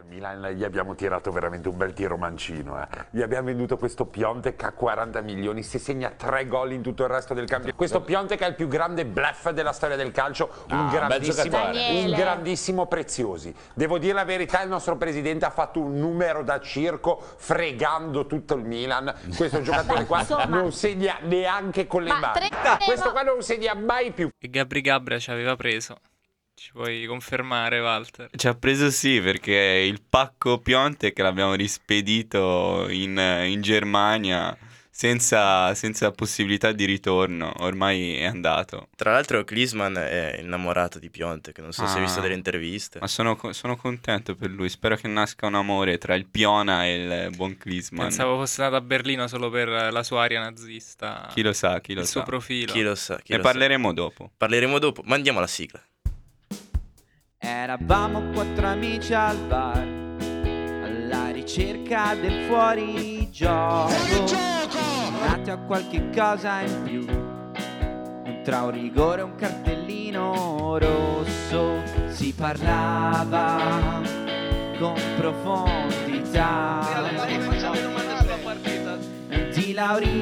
Al Milan gli abbiamo tirato veramente un bel tiro mancino. Gli abbiamo venduto questo Piontek a 40 milioni, si segna 3 gol in tutto il resto del campionato. Questo Piontek è il più grande bluff della storia del calcio, un grandissimo Preziosi. Devo dire la verità, il nostro presidente ha fatto un numero da circo fregando tutto il Milan. Questo giocatore qua non segna neanche con le mani. Questo qua non segna mai più. E Gabri Gabra ci aveva preso. Ci puoi confermare, Walter? Ci ha preso sì, perché il pacco Piontek l'abbiamo rispedito in Germania senza possibilità di ritorno, ormai è andato. Tra l'altro Klinsmann è innamorato di Piontek, non so se hai visto delle interviste. Ma sono contento per lui, spero che nasca un amore tra il Piona e il buon Klinsmann. Pensavo fosse nato a Berlino solo per la sua aria nazista. Chi lo sa, il suo profilo. Chi lo sa. Ne parleremo dopo. Ma andiamo alla sigla. Eravamo 4 amici al bar, alla ricerca del fuorigioco, nati a qualche cosa in più, tra un rigore e un cartellino rosso. Si parlava con profondità di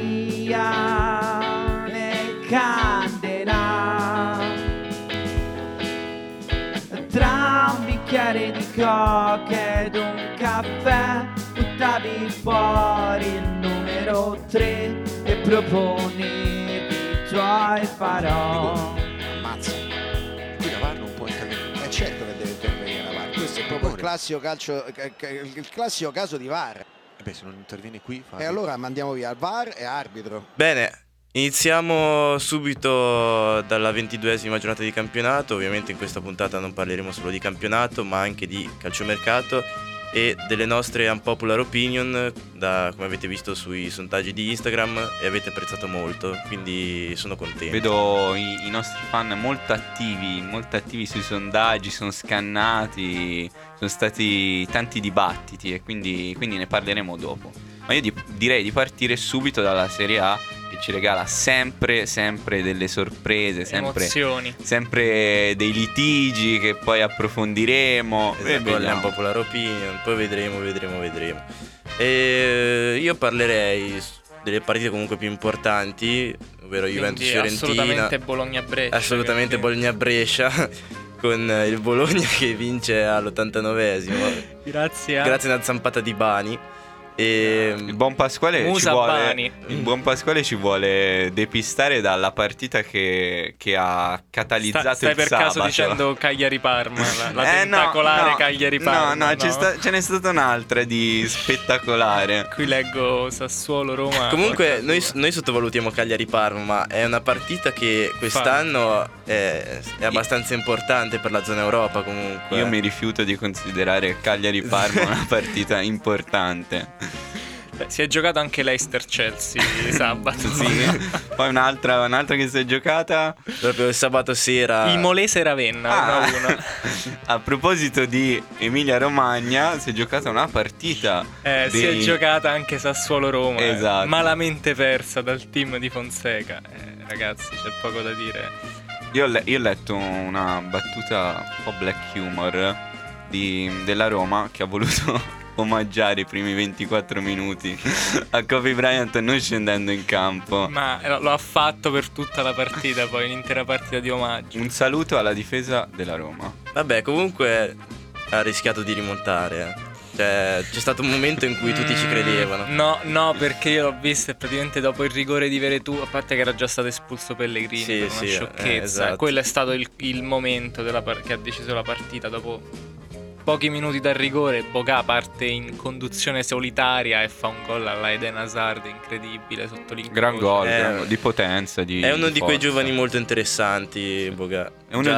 Lauriane Candela, tra un bicchiere di coca ed un caffè buttavi fuori il numero 3 e proponevi i tuoi farò. Ammazza, qui la VAR non può intervenire. È certo che deve intervenire la VAR. Questo è proprio il classico caso di VAR. Se non interviene qui E allora mandiamo via VAR e arbitro. Bene, iniziamo subito dalla 22esima giornata di campionato. Ovviamente in questa puntata non parleremo solo di campionato, ma anche di calciomercato e delle nostre unpopular opinion, come avete visto sui sondaggi di Instagram e avete apprezzato molto, quindi sono contento. Vedo i nostri fan molto attivi sui sondaggi, sono scannati, sono stati tanti dibattiti e quindi ne parleremo dopo. Ma io direi di partire subito dalla Serie A, che ci regala sempre delle sorprese, emozioni, sempre dei litigi che poi approfondiremo. Con le unpopular opinion, poi vedremo. E io parlerei delle partite comunque più importanti, ovvero Juventus-Fiorentina. Assolutamente Bologna-Brescia. Assolutamente Bologna-Brescia. Con il Bologna che vince all'89esimo. Grazie a una zampata di Bani. E il buon Pasquale ci vuole depistare dalla partita che ha catalizzato stai il per sabato. Caso dicendo Cagliari-Parma, la tentacolare Cagliari-Parma? No, ce n'è stata un'altra di spettacolare. Qui leggo Sassuolo-Roma. Comunque noi sottovalutiamo Cagliari-Parma, ma è una partita che quest'anno è abbastanza importante per la zona Europa comunque. Io mi rifiuto di considerare Cagliari-Parma una partita importante. Si è giocato anche Leicester-Chelsea sabato. Sì. Poi un'altra che si è giocata proprio il sabato sera, Imolese-Ravenna 1-1. A proposito di Emilia-Romagna, si è giocata una partita si è giocata anche Sassuolo-Roma, esatto. Malamente persa dal team di Fonseca. Ragazzi, c'è poco da dire. Io ho letto una battuta un po' black humor della Roma, che ha voluto omaggiare i primi 24 minuti a Kobe Bryant non scendendo in campo. Ma lo ha fatto per tutta la partita, poi un'intera partita di omaggio. Un saluto alla difesa della Roma. Vabbè, comunque ha rischiato di rimontare. Cioè, c'è stato un momento in cui tutti ci credevano. No, perché io l'ho vista e praticamente dopo il rigore di Veretù, a parte che era già stato espulso Pellegrini per una sciocchezza, esatto. Quello è stato il momento che ha deciso la partita. Dopo pochi minuti dal rigore, Boga parte in conduzione solitaria e fa un gol alla Eden Hazard incredibile sotto l'incrocio. Gran gol, di potenza, è uno di forza. quei giovani molto interessanti, Boga.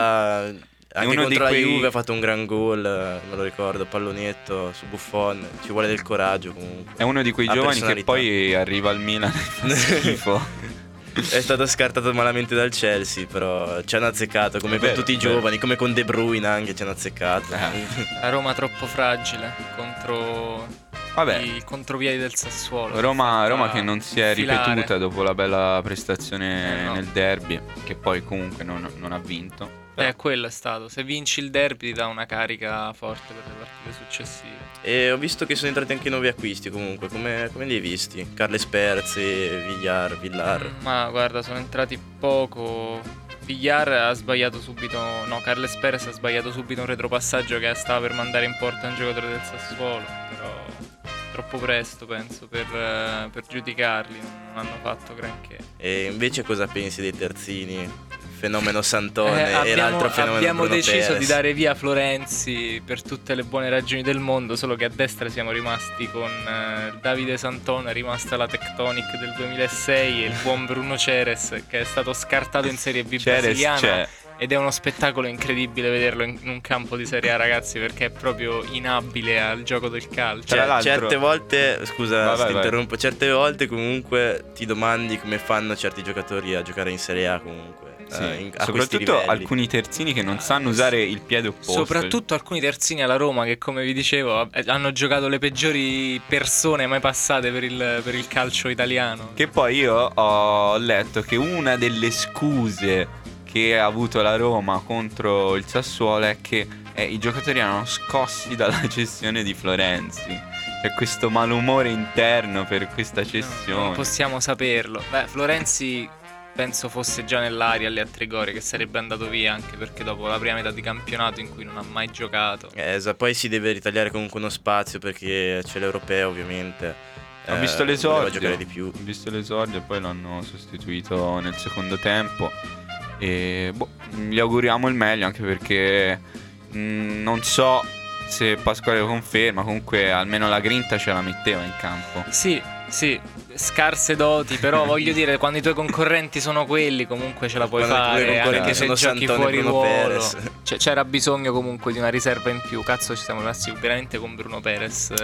Anche uno contro la quei... Juve ha fatto un gran gol, me lo ricordo, pallonetto su Buffon. Ci vuole del coraggio comunque. È uno di quei giovani che poi arriva al Milan e fa schifo. È stato scartato malamente dal Chelsea, però ci hanno azzeccato, come con tutti i giovani, come con De Bruyne anche ci hanno azzeccato. La Roma troppo fragile contro i contropiedi del Sassuolo. Roma che non si è ripetuta dopo la bella prestazione nel derby, che poi comunque non ha vinto. Quello è stato. Se vinci il derby ti dà una carica forte per le partite successive. E ho visto che sono entrati anche nuovi acquisti comunque, come li hai visti? Carles Perez, Villar. Ma guarda, sono entrati poco. Villar ha sbagliato subito. No, Carles Perez ha sbagliato subito un retropassaggio che stava per mandare in porta un giocatore del Sassuolo. Però troppo presto, penso, per giudicarli. Non hanno fatto granché. E invece cosa pensi dei terzini? Fenomeno Santone e l'altro fenomeno abbiamo Bruno deciso Perez. di dare via Florenzi per tutte le buone ragioni del mondo, solo che a destra siamo rimasti con Davide Santone, è rimasta la Tectonic del 2006 e il buon Bruno Ceres che è stato scartato in Serie B brasiliana. Ed è uno spettacolo incredibile vederlo in un campo di Serie A, ragazzi, perché è proprio inabile al gioco del calcio. Tra l'altro- Certe volte, scusa se ti vai. interrompo, certe volte comunque ti domandi come fanno certi giocatori a giocare in Serie A comunque. Sì, a questi soprattutto livelli. alcuni terzini che non sanno usare il piede opposto. Soprattutto alcuni terzini alla Roma che, come vi dicevo, hanno giocato le peggiori persone mai passate per il calcio italiano. Che poi io ho letto che una delle scuse che ha avuto la Roma contro il Sassuolo è che i giocatori erano scossi dalla gestione di Florenzi. C'è questo malumore interno per questa cessione. Non possiamo saperlo. Beh, Florenzi penso fosse già nell'aria alle Trigori, che sarebbe andato via anche perché dopo la prima metà di campionato in cui non ha mai giocato. Poi si deve ritagliare comunque uno spazio perché c'è l'europeo ovviamente. Ho visto voleva l'esordio. giocare di più. Ho visto l'esordio e poi l'hanno sostituito nel secondo tempo. E gli auguriamo il meglio, anche perché non so se Pasquale lo conferma, comunque almeno la grinta ce la metteva in campo. Sì, scarse doti, però voglio dire, quando i tuoi concorrenti sono quelli, comunque ce la puoi Quando i tuoi fare, concorrenti anche se sono giochi Santone e fuori Bruno ruolo. Perez. C'era bisogno comunque di una riserva in più. Cazzo, ci siamo rimasti veramente con Bruno Perez.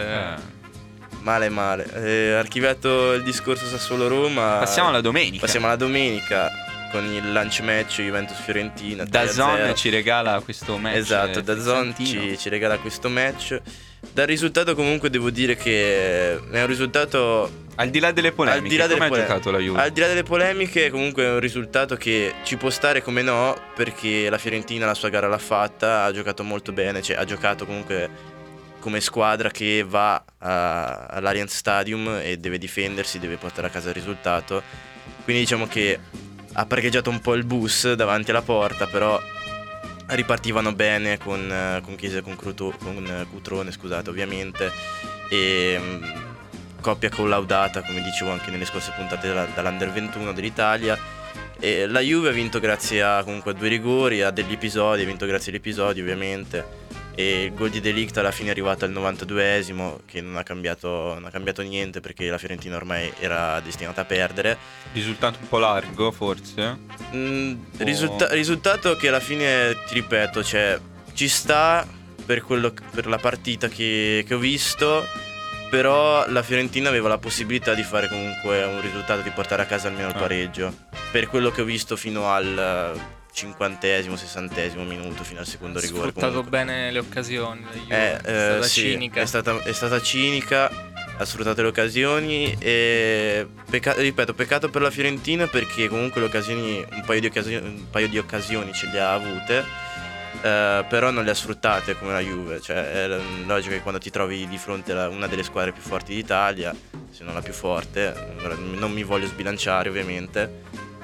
Male. Archiviato il discorso Sassuolo-Roma. Passiamo alla domenica. Passiamo alla domenica con il lunch match Juventus-Fiorentina. DAZN ci regala questo match. Esatto, DAZN ci regala questo match. Dal risultato comunque devo dire che è un risultato... Al di là delle polemiche, come ha giocato la Juve? Al di là delle polemiche comunque è un risultato che ci può stare come no, perché la Fiorentina la sua gara l'ha fatta, ha giocato molto bene, cioè ha giocato comunque come squadra che va all'Allianz Stadium e deve difendersi, deve portare a casa il risultato. Quindi diciamo che ha parcheggiato un po' il bus davanti alla porta, però ripartivano bene con Chiesa e con Cutrone, scusate, ovviamente, e coppia collaudata, come dicevo anche nelle scorse puntate dall'Under 21 dell'Italia. E la Juve ha vinto grazie a comunque 2 rigori, a degli episodi, ha vinto grazie agli episodi ovviamente, e il gol di De Ligt alla fine è arrivato al 92esimo, che non ha cambiato niente perché la Fiorentina ormai era destinata a perdere. Risultato un po' largo forse. Risultato che alla fine, ti ripeto, cioè ci sta per la partita che ho visto, però la Fiorentina aveva la possibilità di fare comunque un risultato, di portare a casa almeno il pareggio, per quello che ho visto fino al 50esimo, 60esimo minuto, fino al secondo rigore. Ha sfruttato comunque bene le occasioni. È stata cinica. È stata cinica, ha sfruttato le occasioni e peccato per la Fiorentina, perché comunque le occasioni, un paio di occasioni ce le ha avute, però non le ha sfruttate come la Juve. Cioè è logico che quando ti trovi di fronte a una delle squadre più forti d'Italia, se non la più forte, non mi voglio sbilanciare ovviamente,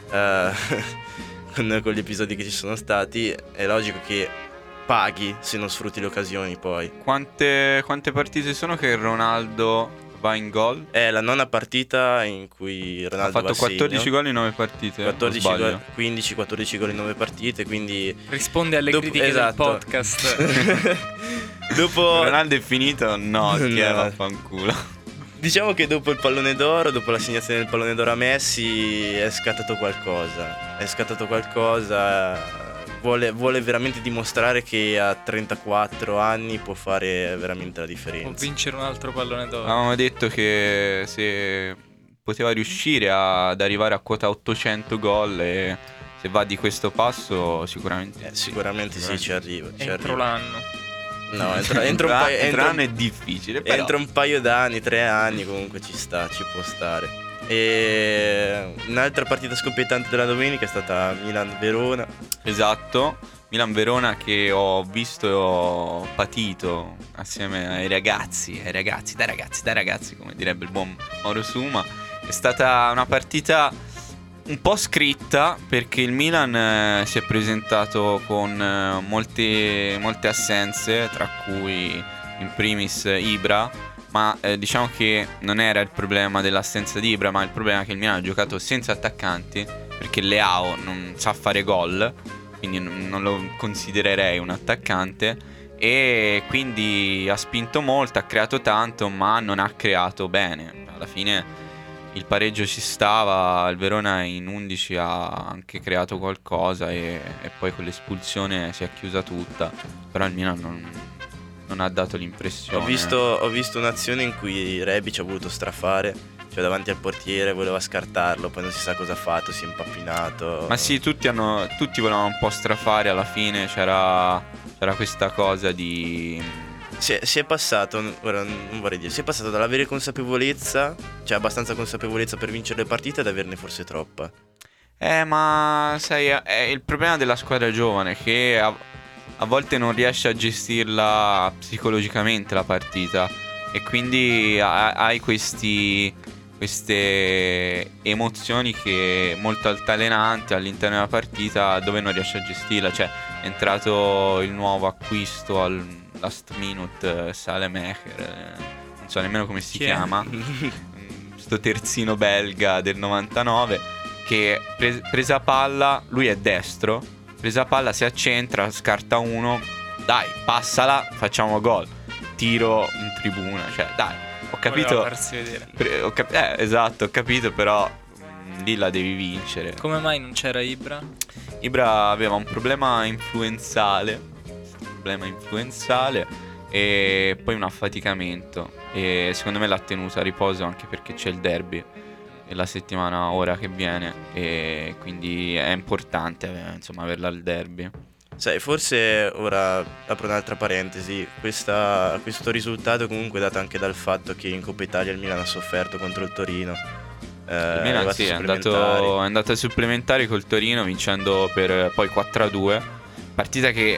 con gli episodi che ci sono stati, è logico che paghi se non sfrutti le occasioni. Poi Quante partite sono che Ronaldo va in gol? è la 9ª partita in cui Ronaldo Ha fatto 14 gol in 9 partite. 14 o sbaglio? gol, 15-14 gol in 9 partite, quindi Risponde alle critiche esatto. del podcast. dopo Ronaldo è finito? No, chi è, No. vaffanculo. Diciamo che dopo il pallone d'oro, dopo l'assegnazione del pallone d'oro a Messi, è scattato qualcosa. Vuole veramente dimostrare che a 34 anni può fare veramente la Può differenza. vincere un altro pallone d'oro. Avevamo detto che se poteva riuscire ad arrivare a quota 800 gol, e se va di questo passo sicuramente Sicuramente sì, ci arriva. Entro l'anno. No, entro l'anno è difficile, però. Entro un paio d'anni, 3 anni comunque ci può stare. E un'altra partita scoppiettante della domenica è stata Milan-Verona. Esatto. Milan-Verona che ho visto e ho patito assieme ai ragazzi, dai ragazzi, come direbbe il buon Mauro Suma. È stata una partita un po' scritta perché il Milan si è presentato con molte assenze, tra cui in primis Ibra, ma diciamo che non era il problema dell'assenza di Ibra, ma il problema è che il Milan ha giocato senza attaccanti perché Leao non sa fare gol, quindi non lo considererei un attaccante, e quindi ha spinto molto, ha creato tanto, ma non ha creato bene. Alla fine il pareggio ci stava, il Verona in 11 ha anche creato qualcosa e poi con l'espulsione si è chiusa tutta, però il Milan non ha dato l'impressione. Ho visto un'azione in cui Rebic ha voluto strafare, cioè davanti al portiere voleva scartarlo, poi non si sa cosa ha fatto, si è impappinato. Ma sì, tutti volevano un po' strafare, alla fine c'era questa cosa di... Si è passato, ora non vorrei dire, si è passato dall'avere consapevolezza, cioè abbastanza consapevolezza per vincere le partite, ad averne forse troppa. Ma sai, è il problema della squadra giovane che a volte non riesce a gestirla psicologicamente la partita, e quindi hai queste emozioni che molto altalenanti all'interno della partita dove non riesci a gestirla. Cioè è entrato il nuovo acquisto al last minute, Salemaker, non so nemmeno come si chiama, sto terzino belga del 99 che presa palla, lui è destro, presa palla si accentra, scarta uno, dai passala, facciamo gol, tiro in tribuna, cioè dai, ho capito, farsi vedere. esatto, ho capito, però lì la devi vincere. Come mai non c'era Ibra? Ibra aveva un problema influenzale e poi un affaticamento, e secondo me l'ha tenuto a riposo anche perché c'è il derby la settimana ora che viene, e quindi è importante averla al derby. Sai, forse ora apro un'altra parentesi, questo risultato comunque è dato anche dal fatto che in Coppa Italia il Milan ha sofferto contro il Torino. Il Milan sì, è andato ai supplementari col Torino vincendo per poi 4-2, partita che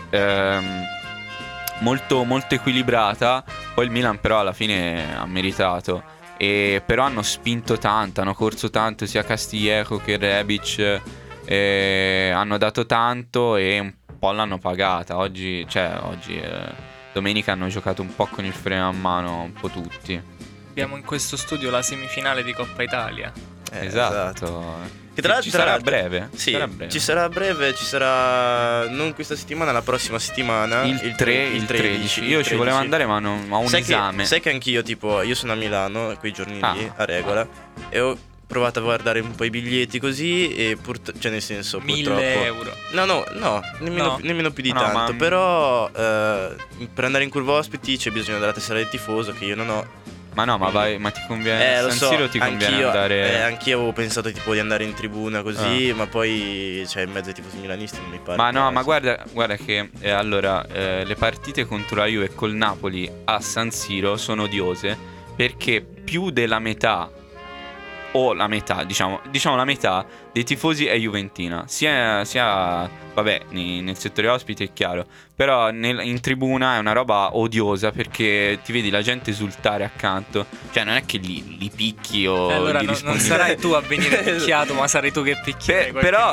molto, molto equilibrata. Poi il Milan però alla fine ha meritato, e però hanno spinto tanto, hanno corso tanto sia Castillejo che Rebic, hanno dato tanto e un po' l'hanno pagata. Oggi domenica hanno giocato un po' con il freno a mano un po' tutti. Abbiamo in questo studio la semifinale di Coppa Italia. Esatto. Che tra ci sarà a breve. Sì, ci sarà a breve, ci sarà non questa settimana, la prossima settimana. Il 13. Io ci volevo andare ma non ho un esame. Sai che anch'io, tipo, io sono a Milano quei giorni lì, a Regola, e ho provato a guardare un po' i biglietti così e cioè nel senso 1.000 euro. No, nemmeno più di tanto. Però per andare in curva ospiti c'è bisogno della tessera del tifoso che io non ho. Ma no, ma vai, ma ti conviene. Lo San Siro ti conviene andare. Anch'io avevo pensato tipo di andare in tribuna così, ma poi in mezzo ai tifosi milanisti non mi pare. Ma no, ma guarda che allora le partite contro la Juve e col Napoli a San Siro sono odiose perché più della metà, o la metà, diciamo la metà dei tifosi è juventina, sia vabbè, nel settore ospite è chiaro, però in tribuna è una roba odiosa perché ti vedi la gente esultare accanto, cioè non è che li picchi o allora gli non sarai tu a venire picchiato, ma sarai tu che picchi. Però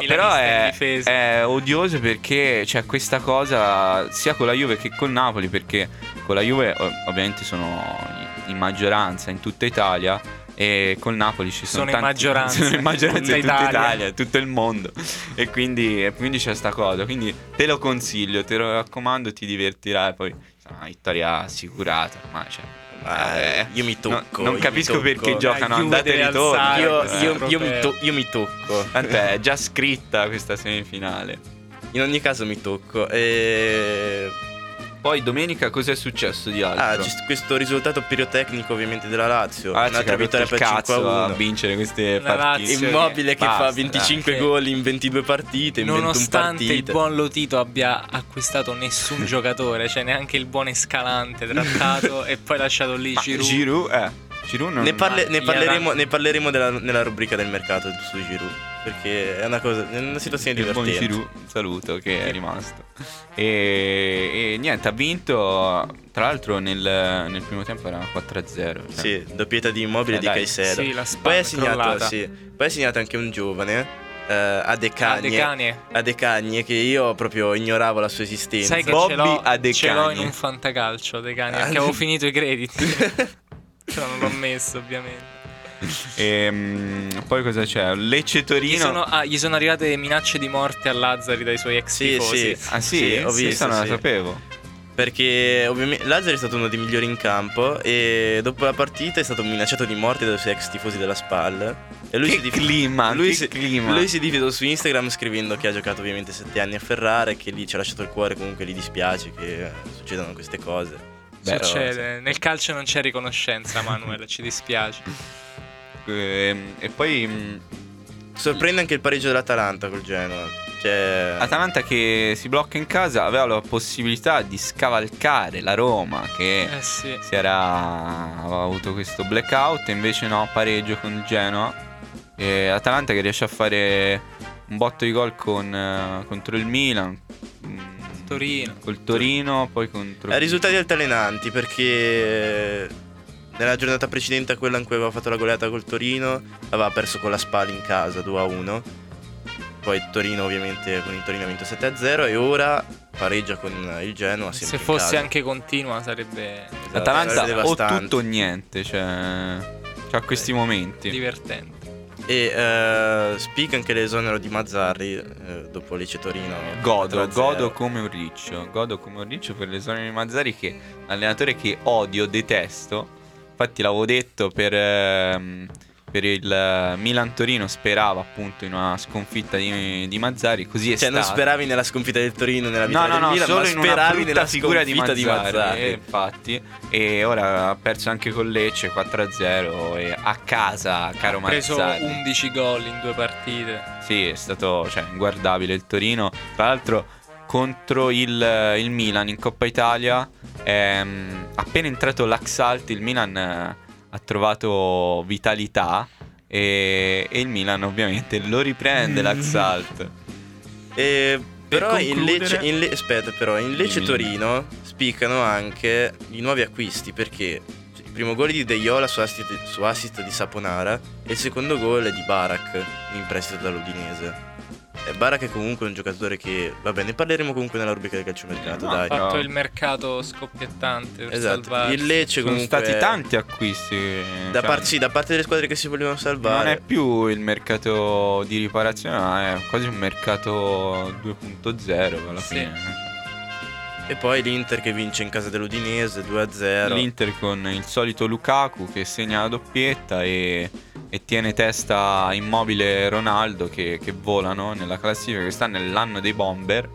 è odioso perché c'è questa cosa sia con la Juve che col Napoli, perché con la Juve ovviamente sono in maggioranza in tutta Italia, e col Napoli ci sono in maggioranza in tutta Italia, tutto il mondo, e quindi c'è sta cosa, quindi te lo consiglio, te lo raccomando, ti divertirai, poi una vittoria assicurata, ma io mi tocco. Non capisco perché giocano andate e ritorno. Io mi tocco. Tant'è, è già scritta questa semifinale. In ogni caso mi tocco. Poi domenica cos'è successo di altro? C'è questo risultato pirotecnico ovviamente della Lazio. Un'altra vittoria per 5-1 a vincere queste partite. Immobile che fa 25 gol in 22 partite, in 21 partite. Nonostante il buon Lotito abbia acquistato nessun giocatore, cioè neanche il buon Escalante trattato e poi lasciato lì Giroud. Ne parleremo nella rubrica del mercato su Giroud. perché è una situazione Il buon divertente. Giroud, un saluto, che è rimasto. E niente, ha vinto. Tra l'altro nel primo tempo era 4-0. Cioè. Sì, doppietta di Immobile e di Dai. Caicedo. Sì, la Poi spalla ha segnato, crollata. poi ha segnato anche un giovane, Adekanye. Adekanye, che io proprio ignoravo la sua esistenza. Sai che Bobby ce l'ho Adekanye. in un fantacalcio Adekanye, perché avevo finito i crediti. Però non l'ho messo, ovviamente. Poi cosa c'è? Lecce Torino. Gli sono arrivate minacce di morte a Lazzari dai suoi ex Sì, tifosi. sì. Ah sì? Sì, ho visto, Questa non la sì. sapevo. Perché ovviamente Lazzari è stato uno dei migliori in campo e dopo la partita è stato minacciato di morte dai suoi ex tifosi della SPAL. E lui Che si clima, lui che si, clima. lui si difeso su Instagram scrivendo che ha giocato ovviamente 7 anni a Ferrara e che lì ci ha lasciato il cuore, comunque gli dispiace che succedano queste cose. Però, Succede. Nel calcio non c'è riconoscenza, Manuel, ci dispiace. E poi sorprende anche il pareggio dell'Atalanta col Genoa. Cioè, Atalanta che si blocca in casa, aveva la possibilità di scavalcare la Roma che Sì. aveva avuto questo blackout, invece no, pareggio con il Genoa. E Atalanta che riesce a fare un botto di gol contro il Milan, Torino. col Torino, poi contro risultati altalenanti perché nella giornata precedente a quella in cui aveva fatto la goleata col Torino aveva perso con la SPAL in casa 2-1. Poi Torino ovviamente con il Torino ha vinto 7-0 e ora pareggia con il Genoa sempre Se in fosse casa. anche continua sarebbe Atalanta sarebbe o devastante. tutto o niente, cioè c'ha questi momenti. divertente. E spiega anche l'esonero di Mazzarri dopo Lecce Torino. Godo 4-0. come un riccio. Godo come un riccio per l'esonero di Mazzari, che è un allenatore che odio, detesto. Infatti l'avevo detto per il Milan-Torino, sperava appunto in una sconfitta di Mazzari, così è Cioè non stato. speravi nella sconfitta del Torino, nella No, vittoria no, del Milan, solo ma in una speravi brutta nella figura di sconfitta di Mazzarri. infatti. E ora ha perso anche con Lecce 4-0 e a casa, caro Ha preso Mazzarri. 11 gol in 2 partite. Sì, è stato inguardabile il Torino. Tra l'altro contro il Milan in Coppa Italia, appena entrato l'Axalt, il Milan ha trovato vitalità e il Milan ovviamente lo riprende l'Axalt. Però concludere- in Lecce Dimmi. Torino spiccano anche i nuovi acquisti perché il primo gol è di De Jong su assist di Saponara e il secondo gol è di Barak in prestito dall'Udinese. E Barak è comunque un giocatore che, vabbè, ne parleremo comunque nella rubrica del calciomercato, No, dai. Ha fatto però- il mercato scoppiettante per Esatto. salvarsi. Il Lecce Sono comunque stati tanti acquisti. da, cioè, da parte delle squadre che si volevano non è salvare. più il mercato di riparazione, ma è quasi un mercato 2.0 alla Sì. fine. E poi l'Inter che vince in casa dell'Udinese 2-0. L'Inter con il solito Lukaku che segna la doppietta e tiene testa Immobile e Ronaldo che volano nella classifica, che sta nell'anno dei bomber.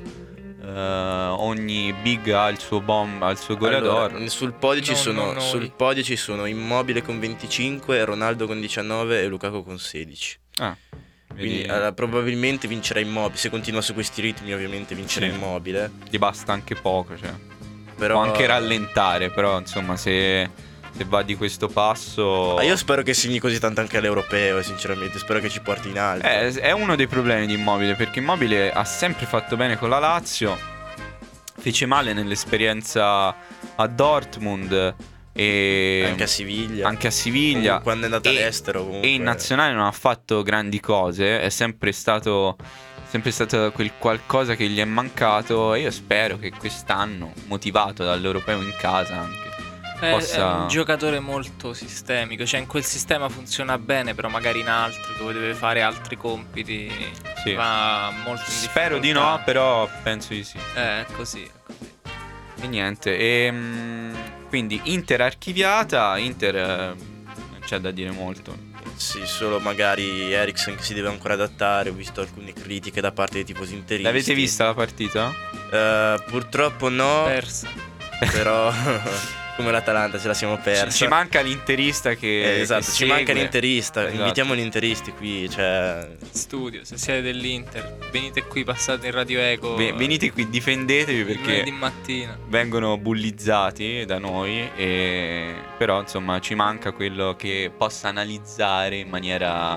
Ogni big ha il suo goleador. Allora, sul podio ci Non sono noi. sul podio ci sono Immobile con 25, Ronaldo con 19 e Lukaku con 16. Ah, Quindi vedi, probabilmente vincerà Immobile. Se continua su questi ritmi, ovviamente vincerà Sì. Immobile. gli basta anche poco, cioè. Però Può anche rallentare, però insomma se va di questo passo. Io spero che segni così tanto anche all'europeo, sinceramente. Spero che ci porti in alto. È uno dei problemi di Immobile, perché Immobile ha sempre fatto bene con la Lazio, fece male nell'esperienza a Dortmund e Anche a Siviglia. anche a Siviglia. Quando è andato E- all'estero comunque. E in nazionale non ha fatto grandi cose, è sempre stato quel qualcosa che gli è mancato, e io spero che quest'anno, motivato dall'europeo in casa anche, È possa... un giocatore molto sistemico, cioè in quel sistema funziona bene, però magari in altri dove deve fare altri compiti Sì. va molto in Spero di difficoltà. no, però penso di sì. È così. E niente, quindi Inter archiviata, Inter non c'è da dire molto. Sì, solo magari Eriksen che si deve ancora adattare. Ho visto alcune critiche da parte dei tifosi interisti. L'avete vista la partita? Purtroppo no, Persa. però come l'Atalanta ce la siamo persa. Ci manca l'interista che esatto, che ci manca segue. l'interista. Esatto. Invitiamo gli interisti qui, cioè Studio, se siete dell'Inter, venite qui, passate in Radio Eco. Venite qui, difendetevi il perché lunedì mattina. vengono bullizzati da noi, però insomma ci manca quello che possa analizzare in maniera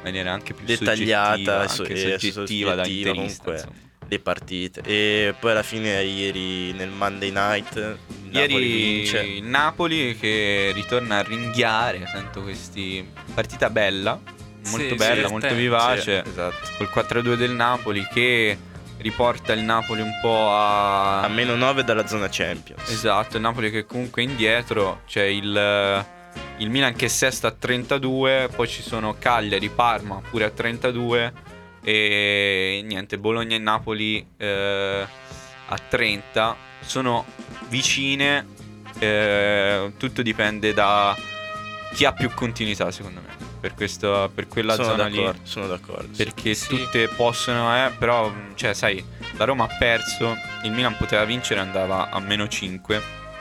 maniera anche più dettagliata soggettiva, e soggettiva da interista, comunque insomma. le partite. E poi alla fine ieri nel Monday Night il Napoli Ieri vince. il Napoli che ritorna a ringhiare, sento questi partita bella, molto Sì, bella, sì, molto sì, vivace, esatto. col 4-2 del Napoli che riporta il Napoli un po' a A meno 9 dalla zona Champions. esatto, il Napoli che comunque è indietro, c'è il Milan che è sesto a 32, poi ci sono Cagliari, Parma pure a 32 e niente, Bologna e Napoli a 30, sono vicine, tutto dipende da chi ha più continuità secondo me, per quella zona lì. Sono d'accordo. Perché Sì. tutte possono, però, cioè, sai, la Roma ha perso, il Milan poteva vincere, andava a meno 5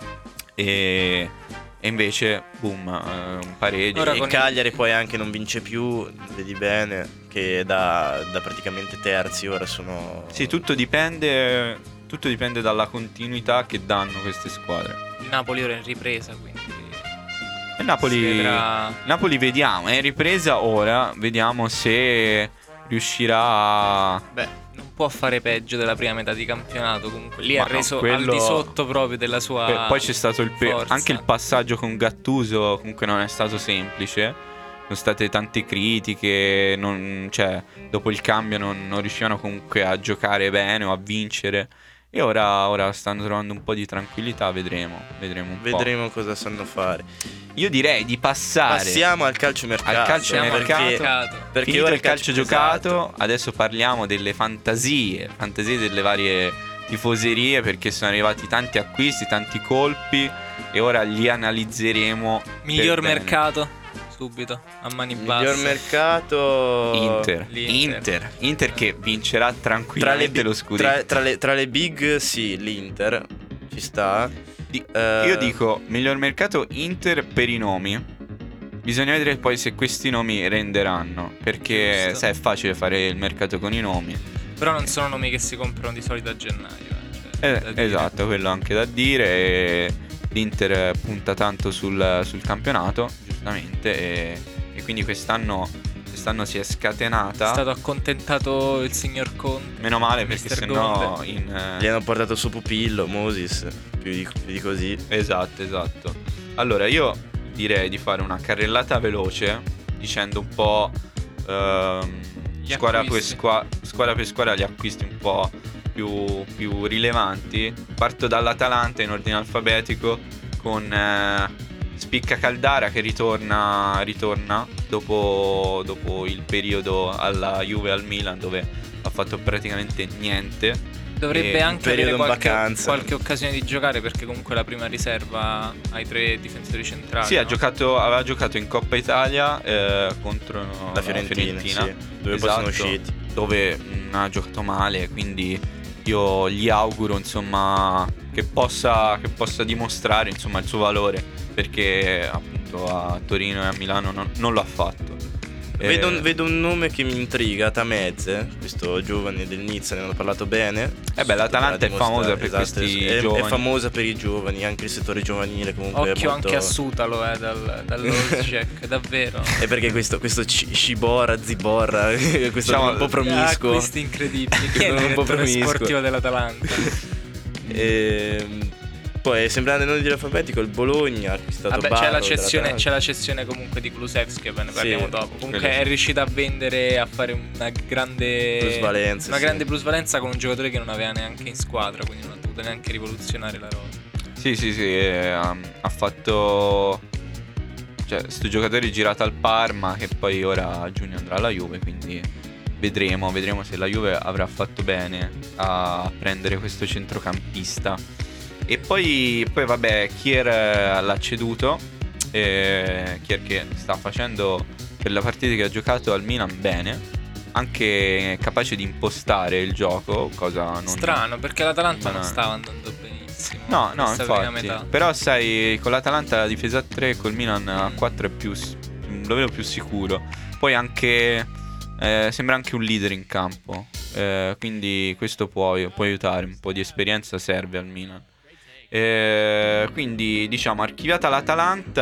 e invece, boom, un pareggio. Ora E con Cagliari poi anche non vince più, vedi bene, che da praticamente terzi ora sono... Sì, tutto dipende dalla continuità che danno queste squadre. il Napoli ora è in ripresa, quindi E Napoli, si vedrà. Napoli vediamo, è in ripresa ora, vediamo se riuscirà a... Beh, non può fare peggio della prima metà di campionato. Comunque lì Ma ha no, reso quello- al di sotto proprio della sua. Poi c'è stato forza. anche il passaggio con Gattuso, comunque non è stato semplice. Sono state tante critiche, cioè, dopo il cambio non riuscivano comunque a giocare bene o a vincere. E ora stanno trovando un po' di tranquillità, vedremo un po'. Vedremo cosa sanno fare. Io direi di passare Passiamo al calciomercato. al calciomercato. Perché Finito ora il calcio giocato, esatto. adesso parliamo delle fantasie delle varie tifoserie, perché sono arrivati tanti acquisti, tanti colpi e ora li analizzeremo. Miglior per bene. mercato subito a mani basse. Miglior mercato Inter che vincerà tranquillamente lo scudetto. tra le big, sì, l'Inter ci sta. Io dico miglior mercato Inter per i nomi. Bisogna vedere poi se questi nomi renderanno, perché Giusto. sai, è facile fare il mercato con i nomi. Però non sono nomi che si comprano di solito a gennaio. Cioè, da dire. Esatto, quello anche da dire. E l'Inter punta tanto sul campionato, giustamente, e quindi quest'anno si è scatenata. È stato accontentato il signor Conte. Meno male, perché Mister sennò Conte. Gli hanno portato suo pupillo, Moses, più di così. Esatto. Allora, io direi di fare una carrellata veloce, dicendo un po' Gli squadra acquisti. per squadra gli acquisti un po' più rilevanti. Parto dall'Atalanta in ordine alfabetico con Spicca Caldara che ritorna dopo il periodo alla Juve e al Milan, dove ha fatto praticamente niente. Dovrebbe E anche avere periodo in vacanza. qualche occasione di giocare, perché comunque la prima riserva ai 3 difensori centrali. Sì, no? aveva giocato in Coppa Italia contro La Fiorentina, sì, dove poi sono usciti. dove ha giocato male, quindi io gli auguro, insomma, che possa dimostrare, insomma, il suo valore, perché appunto a Torino e a Milano non lo ha fatto. Vedo un nome che mi intriga, Tameze, questo giovane del Nizza, ne hanno parlato bene. L'Atalanta è famosa per Esatto, questi è giovani. famosa per i giovani, anche il settore giovanile comunque Occhio è molto... anche a Sutalo dall'Olscek, davvero. È perché questo Ciborra, Ziborra, questo Diciamo, è un po' promiscuo. Acquisti incredibili. Chi è il Un po' direttore promiscuo. sportivo dell'Atalanta? Poi, sembrando nell'ordine alfabetico, il Bologna ha acquistato Vabbè, Barro c'è dell'Atalanta. la cessione comunque di Kulusevski, ne parliamo Sì, dopo. Comunque quello sì. è riuscita a vendere, a fare una grande Plusvalenza, una sì. grande plusvalenza con un giocatore che non aveva neanche in squadra, quindi non ha dovuto neanche rivoluzionare la rosa. Sì, ha fatto... Cioè, sto giocatore è girato al Parma, che poi ora a giugno andrà alla Juve, quindi vedremo se la Juve avrà fatto bene a prendere questo centrocampista. E poi vabbè, Kier l'ha ceduto, Kier che sta facendo, per la partita che ha giocato al Milan, bene, anche capace di impostare il gioco, cosa non... Strano, perché l'Atalanta non no. stava andando benissimo. No, questa prima infatti. metà. Però sai, con l'Atalanta la difesa a 3, col Milan a 4 è lo vedo più sicuro. Poi anche sembra anche un leader in campo, quindi questo può aiutare, un po' di esperienza serve al Milan. Quindi diciamo archiviata l'Atalanta,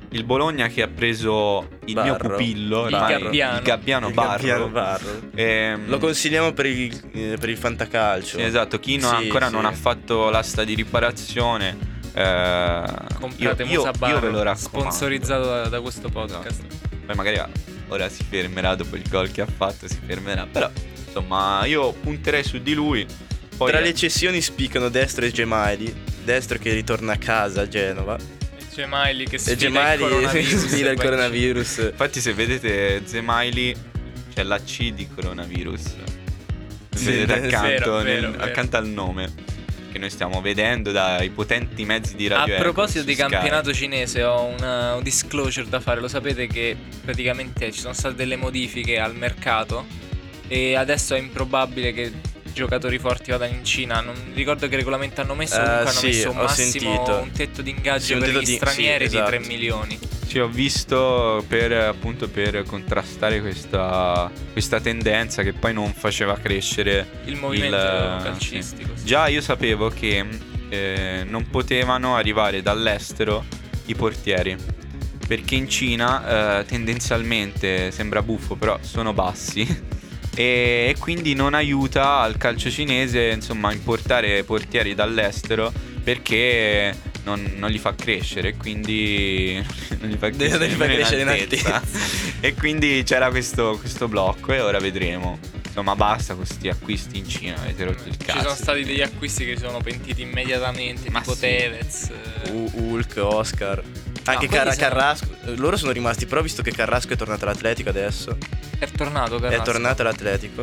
il Bologna che ha preso il mio Barro. pupillo, Il ormai, Gabbiano. il Gabbiano Il Barro. Gabbiano Barro. Lo consigliamo per il fantacalcio. Sì, esatto, chi ancora non ha fatto l'asta di riparazione, Comprate io Musa ve Barro, lo raccomando. sponsorizzato da questo podcast. Poi magari ora si fermerà dopo il gol che ha fatto, si fermerà. Però insomma io punterei su di lui. Poi Tra le cessioni spiccano Destro e Gemelli. Destro che ritorna a casa a Genova. Gemelli che E sfida il Gemelli coronavirus. sfida il Poi- coronavirus. Infatti se vedete Zemaili c'è la C di coronavirus. Sì, Vedete accanto, vero. accanto al nome che noi stiamo vedendo dai potenti mezzi di A radio. Eco proposito su di Sky. campionato cinese, ho un disclosure da fare. Lo sapete che praticamente ci sono state delle modifiche al mercato e adesso è improbabile che giocatori forti vadano in Cina. Non ricordo che regolamento hanno messo, comunque hanno sì, messo un ho massimo, sentito. un tetto di Sì, ingaggio un per tetto gli di- stranieri sì, di esatto. 3 milioni. Sì, ho visto per contrastare questa tendenza che poi non faceva crescere Il movimento calcistico. sì. sì. Già io sapevo che non potevano arrivare dall'estero i portieri, perché in Cina tendenzialmente, sembra buffo, però sono bassi e quindi non aiuta al calcio cinese, insomma, importare portieri dall'estero, perché non li fa crescere, quindi non li fa crescere, Non li fa nemmeno crescere in altezza. E quindi c'era questo blocco e ora vedremo. Insomma, basta con questi acquisti in Cina, avete rotto il cazzo. Ci sono stati degli acquisti che si sono pentiti immediatamente, Ma tipo sì. Tevez. Hulk, Oscar. Anche quelli sono- Carrasco. Loro sono rimasti, però visto che Carrasco è tornato all'Atletico adesso. È tornato È Carrasco. tornato all'Atletico.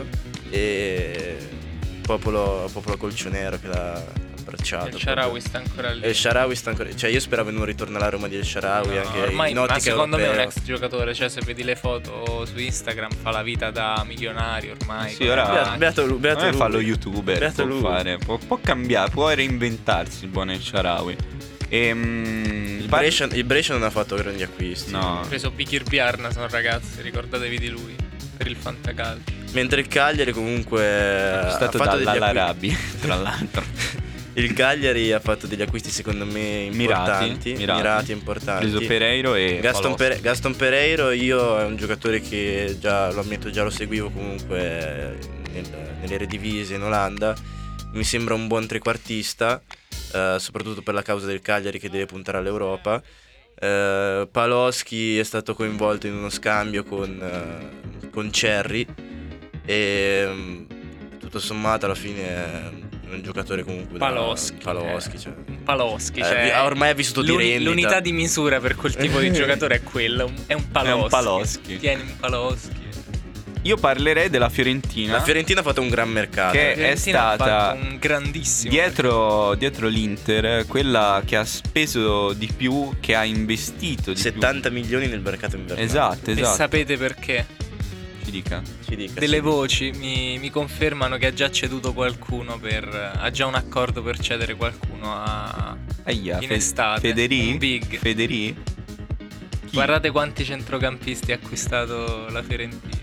E popolo colcionero che l'ha abbracciato. Il Shaarawy sta ancora lì. E il Shaarawy sta ancora. Cioè, io speravo in un ritorno alla Roma di El Shaarawy. No, Anche ormai, in ma ottica secondo me è un europea. ex giocatore. Cioè, se vedi le foto su Instagram, fa la vita da milionario ormai. Sì, ora Beato lui, beato a me lui. fa lo youtuber, Beato può lui. fare, può cambiare, può reinventarsi il buon El Shaarawy. Il Brescia non ha fatto grandi acquisti. No, Ha preso Bikir Bjarnason, ragazzi, ricordatevi di lui per il fantacalcio. Mentre il Cagliari comunque è ha stato fatto degli dall'Arabi, tra l'altro. Il Cagliari ha fatto degli acquisti secondo me importanti, mirati e importanti. Preso Pereiro e Paloschi. Gaston Pereiro, io è un giocatore che già lo ammetto, già lo seguivo comunque nelle Eredivisie in Olanda. Mi sembra un buon trequartista, soprattutto per la causa del Cagliari che deve puntare all'Europa. Paloschi è stato coinvolto in uno scambio con Cerri e tutto sommato alla fine è un giocatore comunque Paloschi. cioè. Un Paloschi, cioè, ormai è vissuto di rendita. l'unità di misura per quel tipo di giocatore è quella. È un Paloschi. È un Paloschi. Tieni un Paloschi. Io parlerei della Fiorentina, La Fiorentina ha fatto un gran mercato. Che è Fiorentina ha stata fatto un grandissimo dietro l'Inter, quella che ha speso di più, che ha investito di 70 milioni nel mercato più. invernale. Esatto, E esatto. sapete perché? Ci dica. Ci dica, Delle sì. voci mi confermano che ha già ceduto qualcuno ha già un accordo per cedere qualcuno Aia, in estate. Federì? Un big. Federì? Chi? Guardate quanti centrocampisti ha acquistato la Fiorentina.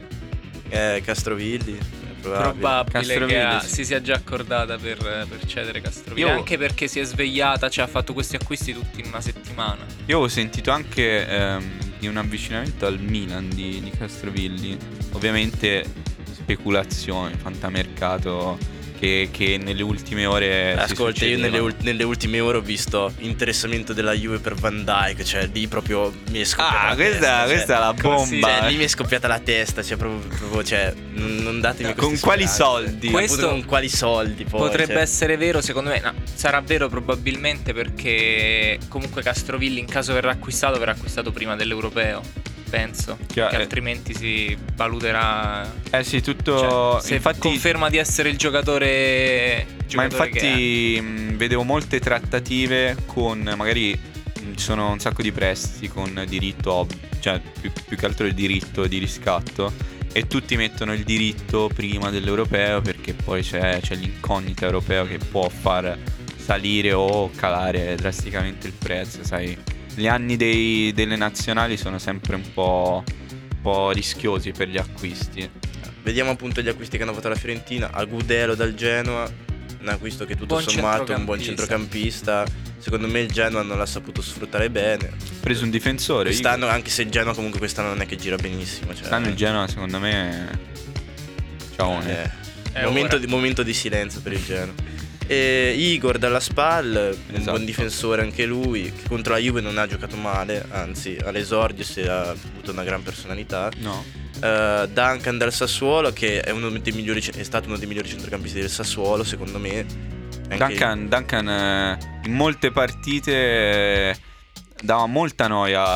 Castrovilli, è probabile. Probabile che Castrovilli, sì. si sia già accordata per cedere Castrovilli. Io- Anche perché si è svegliata, cioè ha fatto questi acquisti tutti in una settimana. Io ho sentito anche di un avvicinamento al Milan di Castrovilli. Ovviamente speculazione, fantamercato che nelle ultime ore si Ascolta, io succedevano. nelle ultime ore ho visto interessamento della Juve per Van Dijk, cioè lì proprio mi è scoppiata la testa, questa è la così, bomba. Cioè, lì mi è scoppiata la testa, cioè proprio cioè, non datemi Con queste quali speranze. soldi? Questo Appunto, con quali soldi poi, Potrebbe cioè. essere vero, secondo me. No, sarà vero probabilmente perché comunque Castrovilli, in caso verrà acquistato prima dell'europeo. Penso Chiaro, che altrimenti si valuterà. Sì, tutto. Cioè, se infatti, conferma di essere il giocatore. ma giocatore che è. infatti vedevo molte trattative con magari ci sono un sacco di prestiti con diritto, cioè più che altro il diritto di riscatto, e tutti mettono il diritto prima dell'europeo perché poi c'è l'incognita europeo che può far salire o calare drasticamente il prezzo, sai. Gli anni delle nazionali sono sempre un po' rischiosi per gli acquisti. Vediamo appunto gli acquisti che hanno fatto la Fiorentina. Agudelo dal Genoa, un acquisto che tutto Buon sommato è un buon centrocampista. centrocampista. secondo me il Genoa non l'ha saputo sfruttare bene. Ha preso un difensore. Quest'anno, anche se il Genoa comunque quest'anno non è che gira benissimo, cioè, Quest'anno il Genoa secondo me ciaone. momento di silenzio per il Genoa. E Igor dalla SPAL, un Esatto. buon difensore anche lui, che contro la Juve non ha giocato male, anzi all'esordio si ha avuto una gran personalità. No. Duncan dal Sassuolo, che è stato uno dei migliori centrocampisti del Sassuolo secondo me. Anche Duncan in molte partite dava molta noia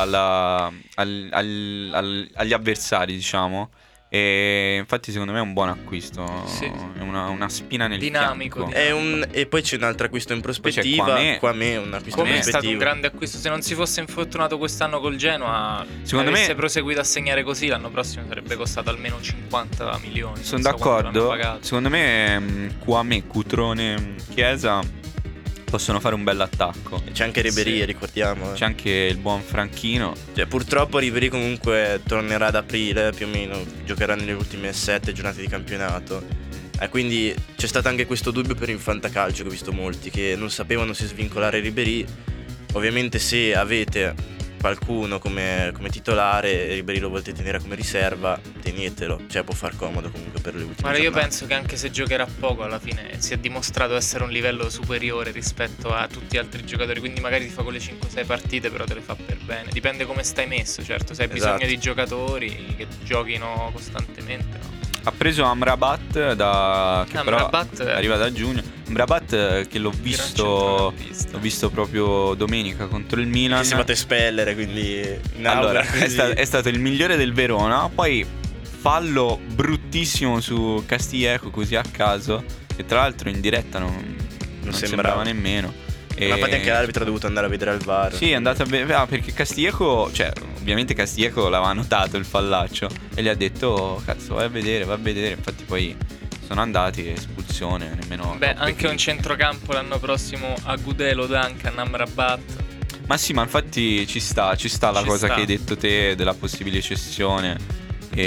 agli avversari, diciamo. E infatti secondo me è un buon acquisto. Sì. È una spina nel Dinamico, fianco. E poi c'è un altro acquisto in Poi c'è prospettiva. Quame è un acquisto Come in è stato un prospettiva. grande acquisto. Se non si fosse infortunato quest'anno col Genoa, Secondo me- avesse proseguito a segnare così, l'anno prossimo sarebbe costato almeno 50 milioni. Sono non so quanto l'hanno d'accordo. pagato. Secondo me Kwame, Cutrone, Chiesa possono fare un bell'attacco. C'è anche Ribéry, Sì. ricordiamo. C'è anche il buon Franchino. Cioè, purtroppo Ribéry comunque tornerà ad aprile, più o meno, giocherà nelle ultime 7 giornate di campionato. Quindi c'è stato anche questo dubbio per il fantacalcio, che ho visto molti che non sapevano se svincolare Ribéry. Ovviamente se avete qualcuno come titolare, Ribéry lo volete tenere come riserva, tenetelo, cioè può far comodo comunque per le ultime Guarda, io giornate. penso che anche se giocherà poco, alla fine si è dimostrato essere un livello superiore rispetto a tutti gli altri giocatori. Quindi magari ti fa quelle 5-6 partite, però te le fa per bene. Dipende come stai messo, certo. Se hai bisogno Esatto. di giocatori che giochino costantemente, no? Ha preso Amrabat che però Amrabat arriva da giugno. Amrabat che l'ho visto centrocampista. proprio domenica contro il Milan. Che si è fatto espellere, quindi in Allora, aula, quindi- è stato il migliore del Verona. Poi fallo bruttissimo su Castillejo, così a caso. E tra l'altro in diretta non sembrava nemmeno. Ma infatti anche l'arbitro ha dovuto andare a vedere al VAR. Sì, è andato a vedere perché Castillejo, cioè ovviamente Castillejo l'aveva notato il fallaccio e gli ha detto "Oh, cazzo, vai a vedere". Infatti poi sono andati, espulsione, nemmeno. Beh, troppe anche un critiche. centrocampo l'anno prossimo a Gudelo, Duncan, Amrabat. Ma sì, ma infatti ci sta la Ci cosa sta. che hai detto te della possibile cessione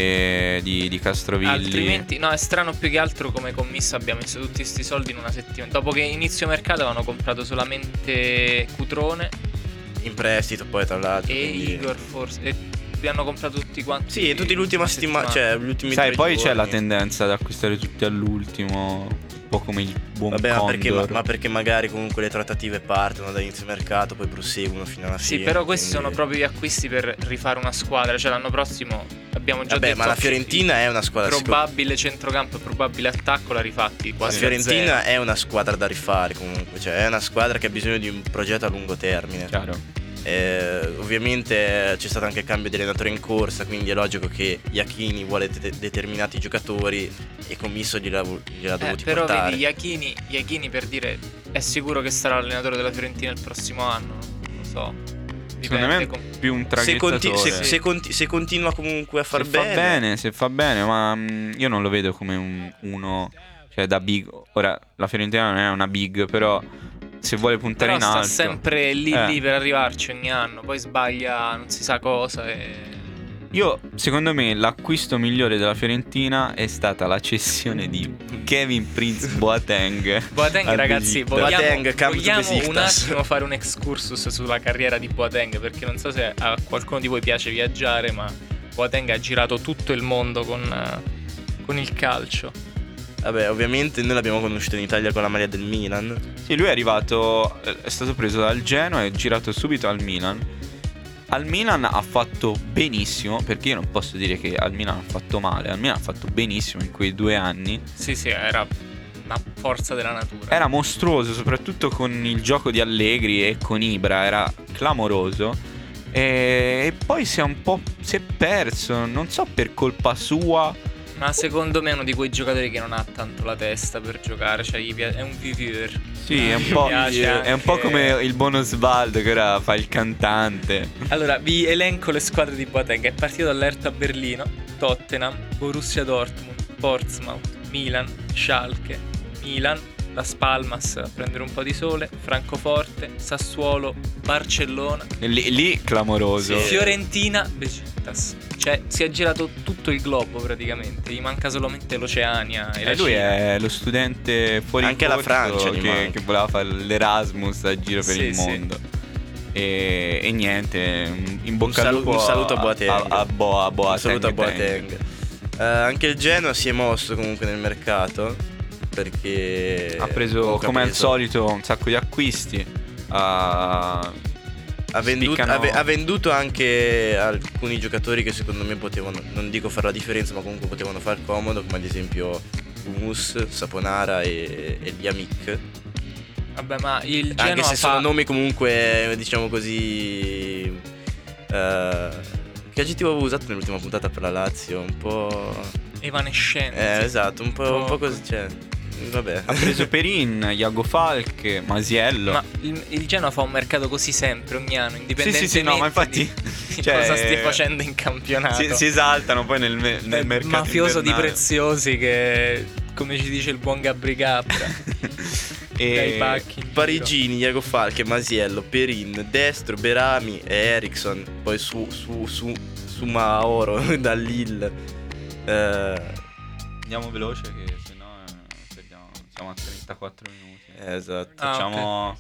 di Castrovilli. Altrimenti, no, è strano più che altro come commesso abbia messo tutti questi soldi in una settimana. Dopo che inizio mercato avevano comprato solamente Cutrone In prestito poi tra l'altro. e quindi- Igor forse. E li hanno comprati tutti quanti. Sì, tutti l'ultima una settimana, cioè gli ultimi Sai, 3 poi giorni. c'è la tendenza ad acquistare tutti all'ultimo, un po' come il buon Vabbè, Condor. ma perché magari comunque le trattative partono da inizio mercato, poi proseguono fino alla Sì, fine. però questi quindi- sono proprio gli acquisti per rifare una squadra. Cioè l'anno prossimo abbiamo già Vabbè, detto ma la Fiorentina è una squadra probabile centrocampo e probabile attacco l'ha rifatti La quasi da Fiorentina zero. è una squadra da rifare comunque, cioè è una squadra che ha bisogno di un progetto a lungo termine. Chiaro. Ovviamente c'è stato anche il cambio di allenatore in corsa, quindi è logico che Iachini vuole determinati giocatori e Commisso gliel'ha dovuti Però portare. vedi Iachini per dire è sicuro che sarà l'allenatore della Fiorentina il prossimo anno, non lo so. Secondo me è più un traghettatore. Se continua comunque a far Se bene, fa bene, ma io non lo vedo come uno, cioè da big. Ora, la Fiorentina non è una big, però se vuole puntare Però in sta alto sempre lì per arrivarci ogni anno, poi sbaglia non si sa cosa e... Secondo me l'acquisto migliore della Fiorentina è stata la cessione di Kevin Prince Boateng. Boateng, al ragazzi, Boateng, Campo vogliamo Besiktas. un attimo fare un excursus sulla carriera di Boateng, perché non so se a qualcuno di voi piace viaggiare, ma Boateng ha girato tutto il mondo con il calcio. vabbè, ovviamente noi l'abbiamo conosciuto in Italia con la maglia del Milan. Sì, lui è arrivato, è stato preso dal Genoa e è girato subito al Milan. Al Milan ha fatto benissimo, perché io non posso dire che al Milan ha fatto male. Al Milan ha fatto benissimo in quei 2 anni. Sì, era una forza della natura. Era mostruoso, soprattutto con il gioco di Allegri e con Ibra, era clamoroso. E poi si è perso, non so per colpa sua. Ma secondo me è uno di quei giocatori che non ha tanto la testa per giocare, cioè è un viveur. Sì, è un Mi po', piace è un po' anche- come il buon Osvaldo che ora fa il cantante. Allora, vi elenco le squadre di Boateng. È partito dall'Hertha Berlino, Tottenham, Borussia Dortmund, Portsmouth, Milan, Schalke, Milan, Las Palmas a prendere un po' di sole, Francoforte, Sassuolo, Barcellona, Lì clamoroso. Sì. Fiorentina, Besiktas. Cioè, si è girato tutto il globo praticamente. Gli manca solamente l'Oceania e la lui Cina. è lo studente fuori Anche la corso Francia gli che manca. voleva fare l'Erasmus a giro per Sì, il sì. mondo. E niente, in bocca al lupo un saluto a Boateng. a Boateng. Un saluto a Boateng. Anche il Genoa si è mosso comunque nel mercato, perché Ha preso comunque come al solito un sacco di acquisti. ha spiccano- venduto anche alcuni giocatori che secondo me potevano, non dico fare la differenza, ma comunque potevano far comodo, come ad esempio Humus, Saponara e Yamik. Vabbè, ma il Anche Genoa se fa... sono nomi comunque, diciamo così, che aggettivo avevo usato nell'ultima puntata per la Lazio? Un po'... evanescenti. esatto, un po' così, cioè, vabbè. Ha preso Perin, Iago Falk, Masiello. Ma il Genoa fa un mercato così sempre, ogni anno, indipendentemente sì, no, ma infatti di cioè, cosa stia facendo in campionato. si esaltano poi nel mercato mafioso di invernale. preziosi che, come ci dice il buon Gabri Capra, dai pacchi in giro. Parigini, Iago Falche, Masiello, Perin, Destro, Berami e Eriksson. Poi su Maoro da Lille. Andiamo veloce che sennò perdiamo. Siamo a 34 minuti. Esatto. Ah, facciamo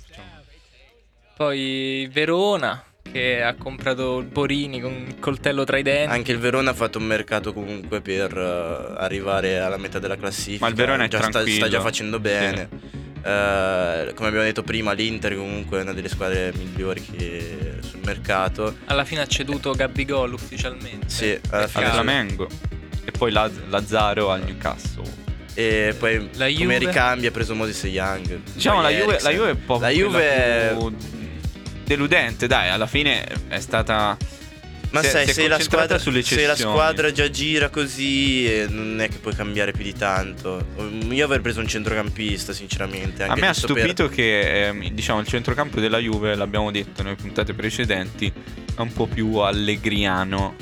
Poi Verona, che ha comprato Borini con il coltello tra i denti. Anche il Verona ha fatto un mercato comunque per arrivare alla metà della classifica. Ma il Verona è Già tranquillo. sta già facendo bene. Come abbiamo detto prima, l'Inter comunque è una delle squadre migliori che sul mercato. Alla fine ha ceduto Gabigol ufficialmente. Sì, alla al fine. Flamengo. E poi Lazzaro al Newcastle. E poi La come Juve? ricambio ha preso Moses Young. Diciamo poi la Juve Eriksen. è un po' La Juve quella più deludente, dai, alla fine è stata. Ma si è- sai, si è se la, concentrata squadra, sulle se la cessioni. squadra già gira così, non è che puoi cambiare più di tanto. Io avrei preso un centrocampista, sinceramente. A Anche me ha giusto stupito che diciamo il centrocampo della Juve, l'abbiamo detto nelle puntate precedenti, è un po' più allegriano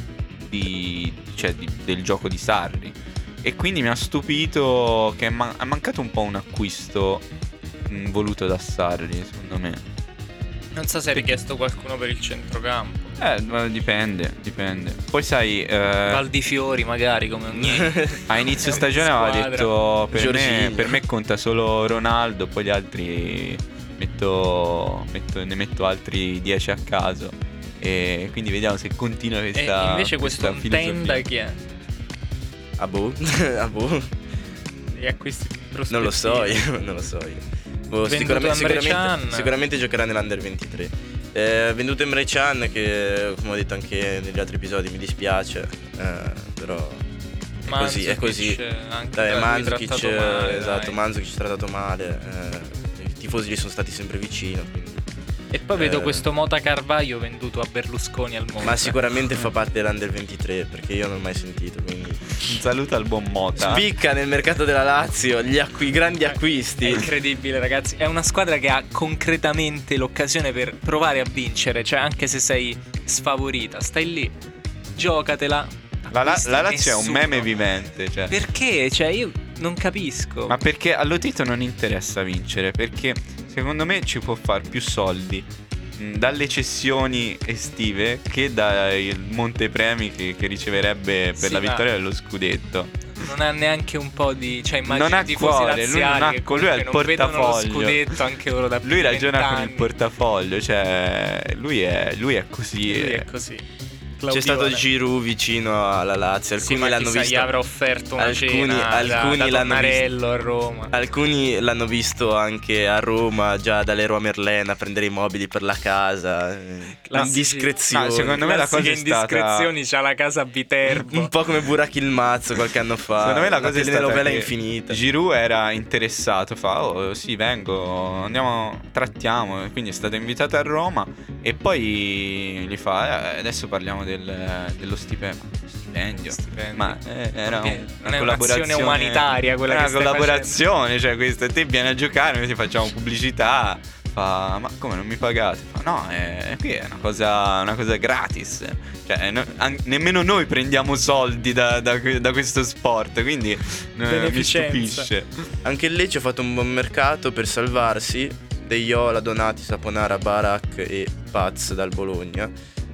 del gioco di Sarri. E quindi mi ha stupito che è mancato un po' un acquisto voluto da Sarri, secondo me. Non so se ha richiesto qualcuno per il centrocampo. Ma dipende. Poi sai, Valdifiori magari, come ogni a inizio È stagione una aveva squadra. detto Jorginho. per me conta solo Ronaldo, poi gli altri ne metto altri 10 a caso. E quindi vediamo se continua E questa invece questo questa filosofia. Tenda chi è? Abu? Abu? Gli acquisti prospettivi. Non lo so io, non lo so io. Boh, Venduto Emre Can. sicuramente giocherà nell'Under 23. Venduto Emre Can, che come ho detto anche negli altri episodi mi dispiace, però è così. Anche Dai, da lui Mandzukic, trattato male, esatto, dai. Mandzukic trattato male. I tifosi gli sono stati sempre vicino, quindi. E poi vedo questo Mota Carvaio venduto a Berlusconi al mondo. Ma sicuramente fa parte dell'Under 23, perché io non l'ho mai sentito, quindi. Un saluto al buon Mota. Spicca nel mercato della Lazio, i grandi acquisti. È incredibile, ragazzi. È una squadra che ha concretamente l'occasione per provare a vincere. Cioè, anche se sei sfavorita, stai lì, giocatela. La Acquisti Lazio è un nessuno. meme vivente, cioè. Perché? Cioè, io non capisco. Ma perché allo Tito non interessa vincere? Perché secondo me ci può far più soldi dalle cessioni estive che dai montepremi che riceverebbe per Sì, la ma- vittoria dello scudetto. Non ha neanche un po' di. Cioè, immagino Non ha i tifosi cuore, lui non laziali ha- che lui ha il comunque non vedono lo portafoglio. scudetto anche loro da più Lui di ragiona 20 con il anni. portafoglio, cioè lui è così. Lui è così. C'è stato Giroud vicino alla Lazio, Sì, alcuni ma l'hanno chissà, visto. gli avrà offerto una alcuni- cena alcuni da l'hanno Tonnarello a Roma. Alcuni l'hanno visto anche a Roma, già da Leroy Merlin, a prendere i mobili per la casa. Classici- Indiscrezioni. No, secondo me la cosa Classiche è stata indiscrezioni, c'ha la casa a Viterbo. Un po' come Burak il Mazzo qualche anno fa. Secondo me la una cosa è stata telenovela che infinita. Giroud era interessato, fa "Oh, sì, vengo, andiamo, trattiamo", e quindi è stato invitato a Roma e poi gli fa adesso parliamo dello stipendio. Ma era Non una è collaborazione un'azione umanitaria quella era che una stai collaborazione, cioè questo, te vieni a giocare, noi ti facciamo pubblicità. Fa, ma come non mi pagate? Fa, no, qui è una cosa gratis. Cioè, nemmeno noi prendiamo soldi da questo sport, quindi mi Beneficenza. stupisce. Anche il Lecce ha fatto un buon mercato per salvarsi. De Iola, Donati, Saponara, Barak e Paz dal Bologna.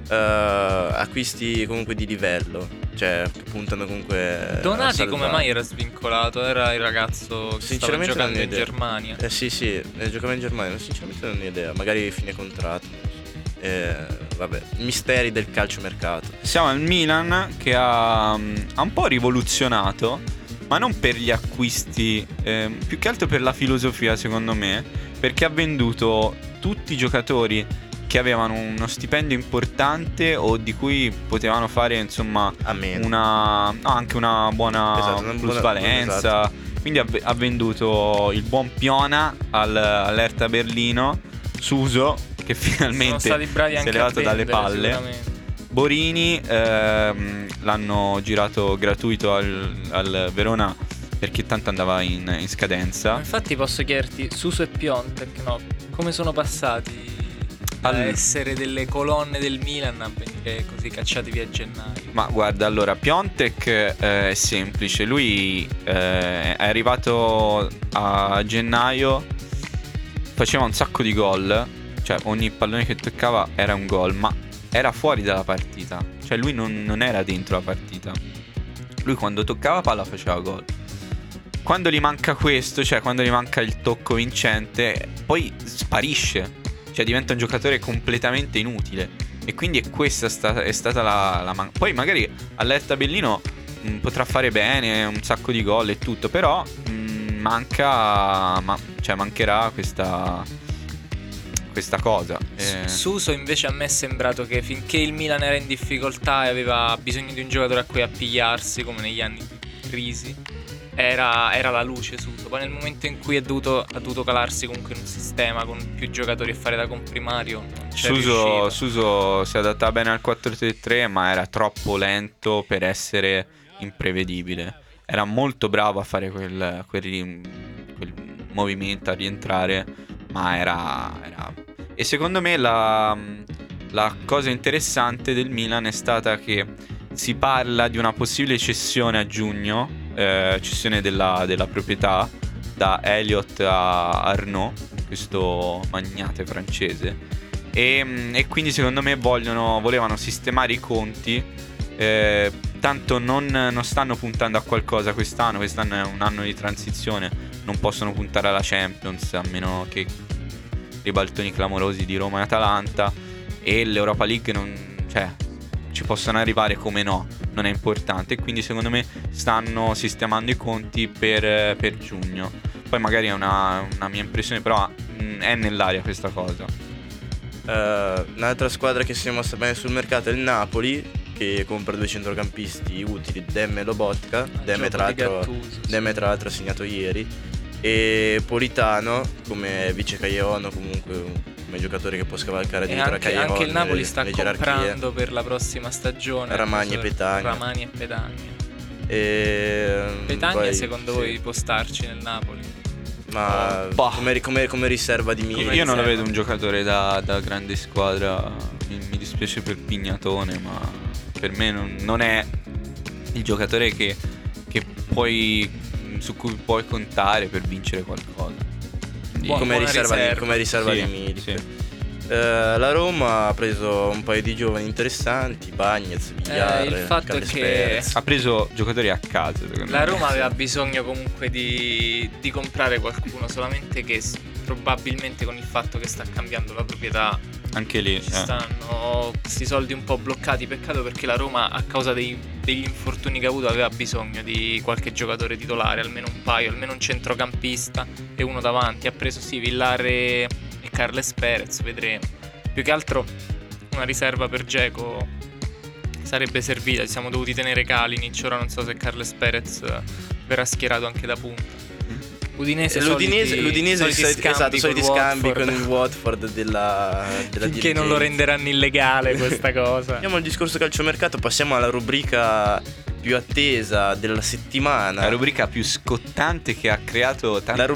acquisti comunque di livello, cioè che puntano comunque Donati a salvare. come mai era svincolato? Era il ragazzo che stava Sinceramente non giocando ho in idea. Germania. Sì, giocava in Germania, ma sinceramente non ho idea, magari fine contratto. Vabbè, misteri del calciomercato. Siamo al Milan che ha un po' rivoluzionato, ma non per gli acquisti, più che altro per la filosofia, secondo me, perché ha venduto tutti i giocatori che avevano uno stipendio importante o di cui potevano fare, insomma, A meno. anche una buona Esatto, una buona- plusvalenza. esatto. Quindi ha venduto il buon Piona all'Hertha Berlino, Suso, che Sono finalmente stati bravi si è anche a levato dalle vendere, palle. sicuramente. Borini l'hanno girato gratuito al Verona perché tanto andava in scadenza. Infatti posso chiederti, Suso e Piontek, no? Come sono passati da essere delle colonne del Milan a venire così cacciati via a gennaio? Ma guarda, allora, Piontek è semplice. Lui è arrivato a gennaio, faceva un sacco di gol, cioè ogni pallone che toccava era un gol, ma era fuori dalla partita. Cioè lui non era dentro la partita. Lui quando toccava palla faceva gol. Quando gli manca questo, cioè quando gli manca il tocco vincente, poi sparisce. Cioè diventa un giocatore completamente inutile. E quindi questa è stata la poi magari all'Hertha Berlino potrà fare bene, un sacco di gol e tutto, però mancherà questa cosa. Suso invece a me è sembrato che finché il Milan era in difficoltà e aveva bisogno di un giocatore a cui appigliarsi, come negli anni di crisi, era la luce Suso. Poi nel momento in cui ha dovuto calarsi comunque in un sistema con più giocatori e fare da comprimario, non c'è riuscito. Suso si adattava bene al 4-3-3, ma era troppo lento per essere imprevedibile. Era molto bravo a fare quel movimento, a rientrare, ma era... E secondo me la cosa interessante del Milan è stata che si parla di una possibile cessione a giugno, cessione della proprietà da Elliott a Arnaud, questo magnate francese, e quindi secondo me volevano sistemare i conti. Tanto non stanno puntando a qualcosa quest'anno è un anno di transizione, non possono puntare alla Champions a meno che ribaltoni clamorosi di Roma e Atalanta, e l'Europa League ci possono arrivare come no, non è importante, e quindi secondo me stanno sistemando i conti per giugno. Poi magari è una mia impressione, però è nell'aria questa cosa. Un'altra squadra che si è mossa bene sul mercato è il Napoli, che compra 2 centrocampisti utili, Demme e Lobotka. Demme tra l'altro ha segnato ieri, e Politano come vice Cagliano, comunque come giocatore che può scavalcare dietro a Cagliano. Anche il Napoli sta gerarchie. comprando per la prossima stagione Ramagni e Petagna. Petagna Poi, secondo sì. voi può starci nel Napoli? Ma come riserva di Milan. Io non lo vedo un giocatore da grande squadra. Mi dispiace per Pignatone, ma per me non è il giocatore che su cui puoi contare per vincere qualcosa. Quindi- Come riserva Sì, di Milik. sì. La Roma ha preso un paio di giovani interessanti, Bagnez, Villar, il fatto Carles è che Perez. Ha preso giocatori a caso, secondo La me. Roma aveva bisogno comunque di comprare qualcuno, solamente che probabilmente con il fatto che sta cambiando la proprietà Anche lì. ci stanno questi soldi un po' bloccati. Peccato, perché la Roma, a causa degli infortuni che ha avuto, aveva bisogno di qualche giocatore titolare, almeno un paio, almeno un centrocampista e uno davanti. Ha preso sì Villar e Carles Perez, vedremo. Più che altro una riserva per Dzeko sarebbe servita. Ci siamo dovuti tenere Kalinic, ora non so se Carles Perez verrà schierato anche da punta. L'Udinese soliti scambi con il Watford della finché dirigenza. non lo renderanno illegale questa cosa. Andiamo al discorso calciomercato, passiamo alla rubrica più attesa della settimana. La rubrica più scottante che ha creato tante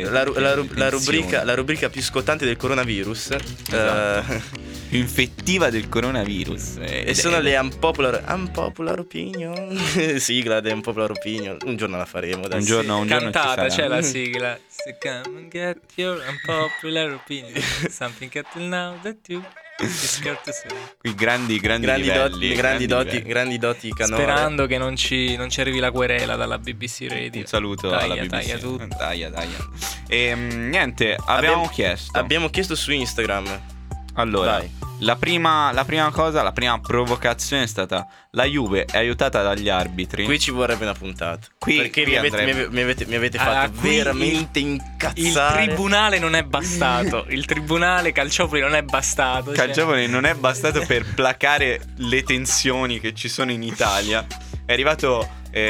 la rubrica più scottante del coronavirus. Esatto. Più infettiva del coronavirus. E sono le unpopular opinion. Sigla di Unpopular Opinion. Un giorno la faremo. Un giorno Cantata, ci c'è sarà. la sigla. So come and get your unpopular opinion. Something until now that you Qui grandi grandi livelli, grandi doti canore. Sperando che non ci arrivi la querela dalla BBC Radio. Un saluto alla BBC. Taglia tutto. Taglia. E niente, abbiamo chiesto su Instagram. Allora, Vai. la prima provocazione è stata: la Juve è aiutata dagli arbitri. Qui ci vorrebbe una puntata. Perché qui mi avete Allora, fatto qui veramente Il incazzare. tribunale non è bastato. Il tribunale Calciopoli non è bastato. Calciopoli non è bastato per placare le tensioni che ci sono in Italia. È arrivato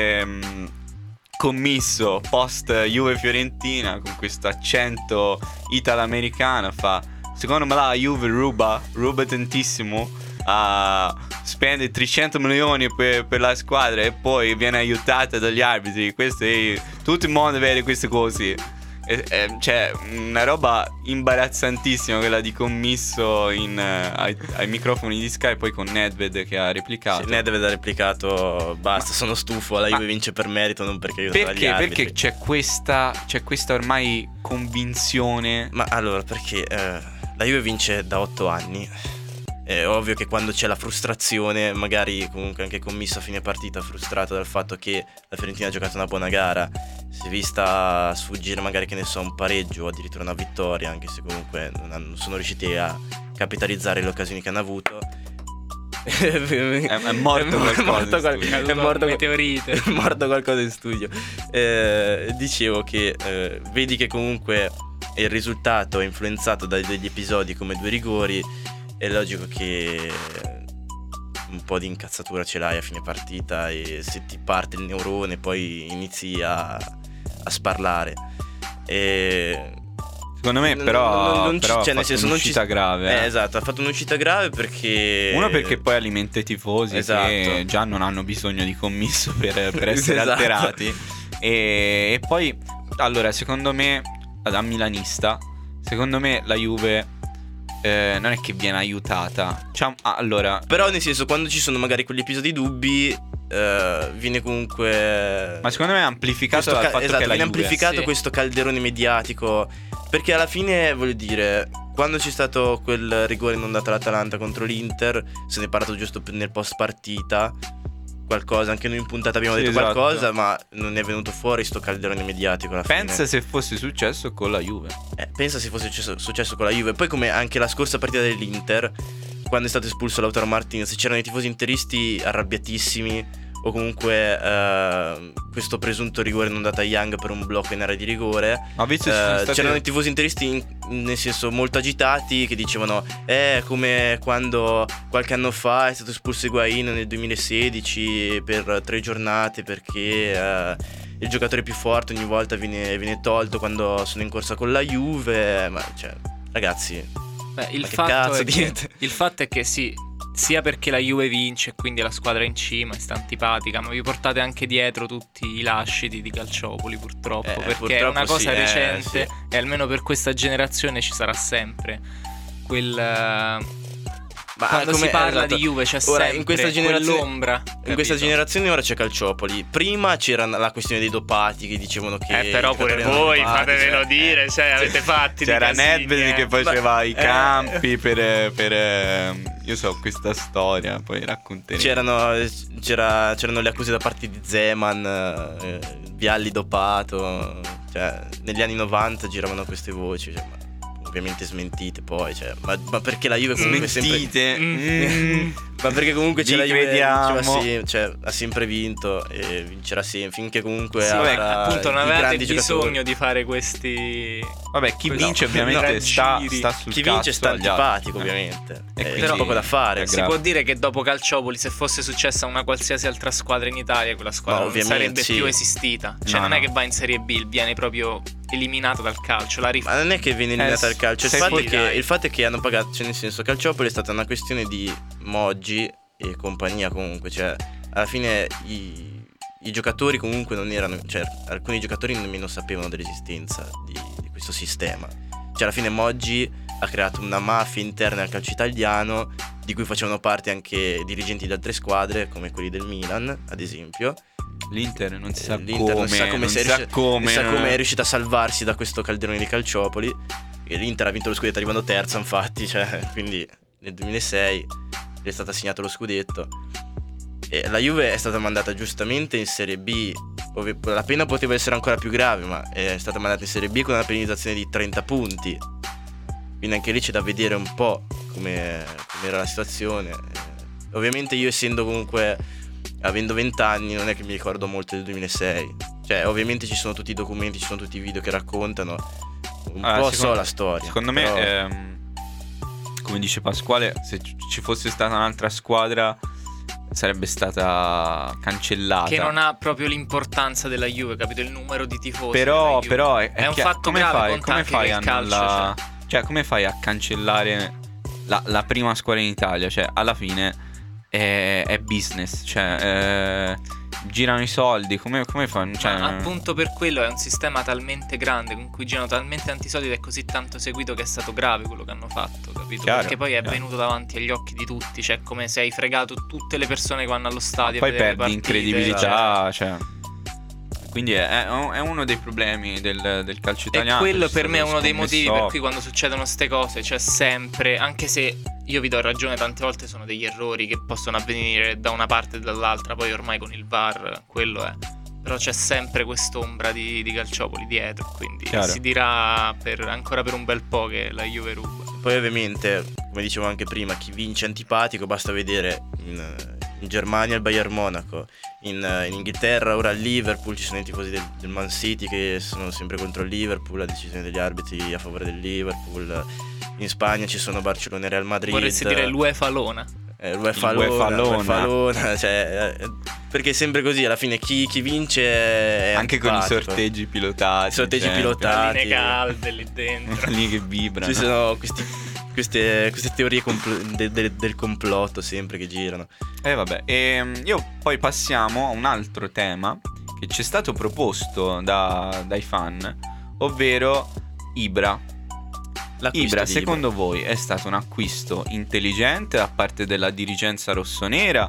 commisso post Juve Fiorentina con questo accento italo-americano. Secondo me la Juve ruba tantissimo, spende 300 milioni per la squadra e poi viene aiutata dagli arbitri. Tutto il mondo vede queste cose. Cioè, una roba imbarazzantissima quella di commisso ai microfoni di Sky, poi con Nedved che ha replicato. Sì, Nedved ha replicato, basta, sono stufo, la Juve vince per merito, non perché aiuta gli arbitri. Perché c'è questa ormai convinzione. Ma allora, perché la Juve vince da 8 anni. È ovvio che quando c'è la frustrazione, magari comunque anche commisso a fine partita frustrato dal fatto che la Fiorentina ha giocato una buona gara, si è vista sfuggire magari, che ne so, un pareggio o addirittura una vittoria, anche se comunque non sono riusciti a capitalizzare le occasioni che hanno avuto. È morto qualcosa È morto meteorite. È morto qualcosa in studio. Dicevo che vedi che comunque il risultato è influenzato da degli episodi come 2 rigori. È logico che un po' di incazzatura ce l'hai a fine partita, e se ti parte il neurone poi inizi a sparlare. Secondo me però nel senso, un'uscita grave. Esatto, ha fatto un'uscita grave perché poi alimenta i tifosi, esatto, che già non hanno bisogno di commisso per essere esatto, alterati. E poi, allora, secondo me, da milanista, secondo me la Juve non è che viene aiutata. Allora, però nel senso, quando ci sono magari quegli episodi dubbi, viene comunque, ma secondo me è amplificato dal fatto che la viene Juve, amplificato, sì, questo calderone mediatico. Perché alla fine, voglio dire, quando c'è stato quel rigore inondato all'Atalanta contro l'Inter, se ne è parlato giusto nel post partita, qualcosa, anche noi in puntata abbiamo detto esatto, qualcosa, ma non è venuto fuori sto calderone mediatico alla pensa fine. se fosse successo con la Juve. Pensa se fosse successo con la Juve. Poi, come anche la scorsa partita dell'Inter, quando è stato espulso Lautaro Martinez, c'erano i tifosi interisti arrabbiatissimi, o comunque questo presunto rigore non dato a Young per un blocco in area di rigore. Ma visto c'erano i tifosi interisti nel senso molto agitati, che dicevano come quando qualche anno fa è stato espulso Higuain nel 2016 per 3 giornate perché il giocatore più forte ogni volta viene tolto quando sono in corsa con la Juve. Ma cioè, ragazzi, il fatto è che sì, sia perché la Juve vince e quindi la squadra è in cima e sta antipatica, ma vi portate anche dietro tutti i lasciti di Calciopoli, purtroppo, perché purtroppo è una cosa sì, recente, sì. E almeno per questa generazione ci sarà sempre quando si parla esatto, di Juve c'è ora, sempre in questa quell'ombra, in questa generazione ora c'è Calciopoli. Prima c'era la questione dei dopati, che dicevano che però pure voi fatevelo dire, avete fatti c'era di casini, Nedved che faceva i campi per io so questa storia, poi racconteremo. C'erano le accuse da parte di Zeman, Vialli dopato, cioè negli anni 90 giravano queste voci, cioè, ovviamente smentite poi, cioè, ma perché la Juve comunque sempre ma perché comunque c'è la Juve, crediamo. Ha sempre vinto e vincerà sempre, finché comunque avrà appunto non avevate grandi bisogno giocatori di fare questi. Vabbè, chi vince ovviamente sta sul chi vince cazzo sta agli altri. antipatico, ovviamente, E c'è quindi poco da fare. Si può dire che dopo Calciopoli, se fosse successa una qualsiasi altra squadra in Italia, quella squadra non sarebbe più esistita. Cioè non è che va in Serie B, viene proprio eliminata dal calcio. Ma non è che viene eliminata dal calcio, il fatto è che hanno pagato, cioè nel senso, Calciopoli è stata una questione di Moggi e compagnia, comunque, cioè alla fine i giocatori comunque non erano, cioè alcuni giocatori nemmeno sapevano dell'esistenza di questo sistema. Cioè alla fine Moggi ha creato una mafia interna al calcio italiano, di cui facevano parte anche dirigenti di altre squadre come quelli del Milan, ad esempio. L'Inter non si sa come è riuscita a salvarsi da questo calderone di Calciopoli. E l'Inter ha vinto lo scudetto arrivando terza, infatti, cioè, quindi nel 2006 gli è stato assegnato lo scudetto. E la Juve è stata mandata giustamente in Serie B. La pena poteva essere ancora più grave, ma è stata mandata in Serie B con una penalizzazione di 30 punti. Quindi anche lì c'è da vedere un po' come era la situazione. Ovviamente io, essendo comunque, avendo 20 anni, non è che mi ricordo molto del 2006. Cioè, ovviamente ci sono tutti i documenti, ci sono tutti i video che raccontano. Un po' so la storia. Secondo però... me, come dice Pasquale, se ci fosse stata un'altra squadra sarebbe stata cancellata. Che non ha proprio l'importanza della Juve, capito? Il numero di tifosi. Però è un fatto grave, conta anche che il calcio, cioè, come fai a cancellare la prima squadra in Italia? Cioè, alla fine è business, cioè girano i soldi, come fanno? Cioè, ma appunto per quello è un sistema talmente grande, con cui girano talmente tanti soldi, ed è così tanto seguito, che è stato grave quello che hanno fatto, capito? Chiaro, perché poi è venuto davanti agli occhi di tutti, cioè come se hai fregato tutte le persone che vanno allo stadio poi a vedere perdi le partite, incredibilità, cioè. Quindi è uno dei problemi del calcio italiano. E quello per me è uno dei scommesso. motivi per cui quando succedono ste cose c'è sempre, anche se io vi do ragione, tante volte sono degli errori che possono avvenire da una parte e dall'altra, poi ormai con il VAR quello è, però c'è sempre quest'ombra di calciopoli dietro, quindi Chiaro. si dirà ancora per un bel po' che la Juve ruba. Poi ovviamente, come dicevo anche prima, chi vince è antipatico, basta vedere in Germania il Bayern Monaco, in Inghilterra ora il Liverpool, ci sono i tifosi del Man City che sono sempre contro il Liverpool, la decisione degli arbitri a favore del Liverpool. In Spagna ci sono Barcellona e Real Madrid. Vorresti dire l'UEFA Lona? l'UEFA Lona, cioè, perché è sempre così, alla fine chi vince è anche con i antipatico. sorteggi pilotati. Sorteggi sempre. pilotati. Galline calde lì dentro. Lì che vibrano. Ci sono queste teorie del complotto sempre che girano. E vabbè, io poi passiamo a un altro tema che ci è stato proposto dai fan, ovvero Ibra. L'acquisto Ibra, di secondo voi è stato un acquisto intelligente da parte della dirigenza rossonera,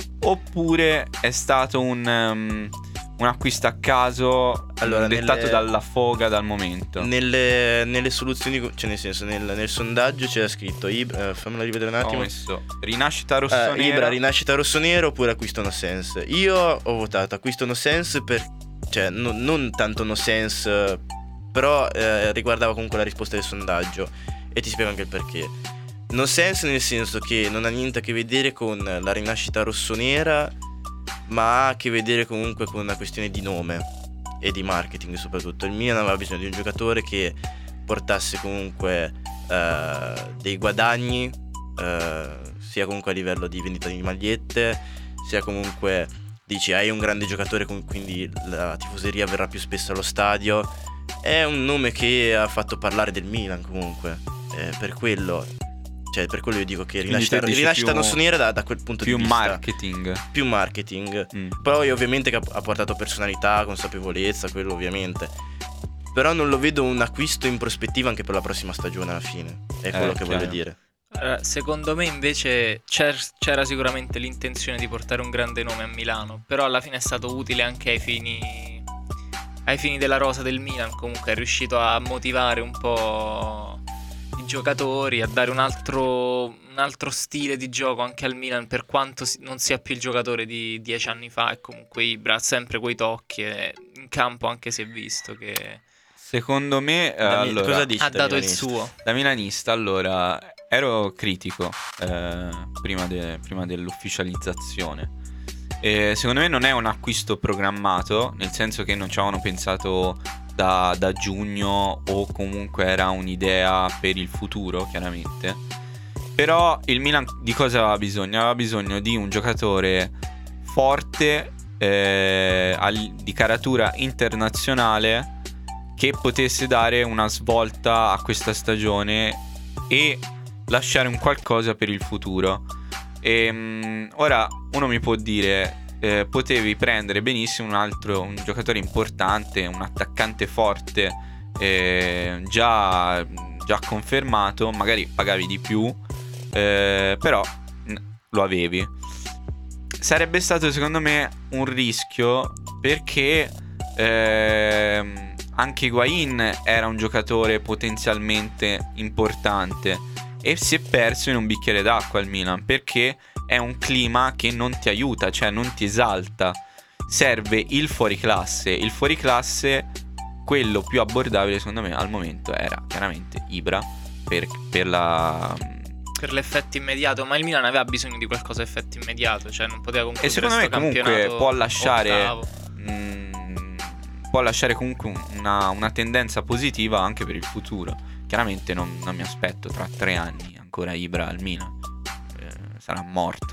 oppure è stato un acquisto a caso, Allora, dettato dalla foga, dal momento? Nelle soluzioni, cioè nel senso, nel sondaggio c'era scritto Ibra, fammela rivedere un Ho attimo. messo rinascita rossonera. Ibra, rinascita rossonera oppure acquisto no sense. Io ho votato acquisto no sense cioè non tanto no sense, però riguardava comunque la risposta del sondaggio, e ti spiego anche il perché. No sense nel senso che non ha niente a che vedere con la rinascita rossonera, ma ha a che vedere comunque con una questione di nome e di marketing soprattutto. Il Milan aveva bisogno di un giocatore che portasse comunque dei guadagni, sia comunque a livello di vendita di magliette, sia comunque dici hai un grande giocatore, quindi la tifoseria verrà più spesso allo stadio. È un nome che ha fatto parlare del Milan comunque, per quello io dico che rinascita più rossonera da quel punto di più vista. Più marketing. Mm. Poi ovviamente che ha portato personalità, consapevolezza, quello ovviamente. Però non lo vedo un acquisto in prospettiva anche per la prossima stagione alla fine. È quello che voglio dire. Secondo me invece c'era sicuramente l'intenzione di portare un grande nome a Milano, però alla fine è stato utile anche ai fini della rosa del Milan. Comunque è riuscito a motivare un po' i giocatori, a dare un altro stile di gioco anche al Milan, per quanto non sia più il giocatore di 10 anni fa. E comunque Ibra ha sempre quei tocchi, e in campo anche si è visto che secondo me allora, cosa dici ha da dato il milanista? suo. da milanista, allora, ero critico prima dell'ufficializzazione. Secondo me non è un acquisto programmato, nel senso che non ci avevano pensato da giugno, o comunque era un'idea per il futuro, chiaramente. Però il Milan di cosa aveva bisogno? Aveva bisogno di un giocatore forte, di caratura internazionale, che potesse dare una svolta a questa stagione e lasciare un qualcosa per il futuro. Ora uno mi può dire, potevi prendere benissimo un giocatore importante, un attaccante forte, già confermato, magari pagavi di più, però lo avevi. Sarebbe stato secondo me un rischio, perché anche Higuain era un giocatore potenzialmente importante, e si è perso in un bicchiere d'acqua il Milan, perché è un clima che non ti aiuta, cioè non ti esalta. Serve il fuoriclasse. Il fuoriclasse, quello più abbordabile secondo me al momento, era chiaramente Ibra per l'effetto immediato, ma il Milan aveva bisogno di qualcosa effetto immediato, cioè non poteva concludere E secondo me sto comunque campionato può lasciare ottavo. può lasciare comunque una tendenza positiva anche per il futuro. Chiaramente non mi aspetto tra 3 anni ancora Ibra al Milan, sarà morto.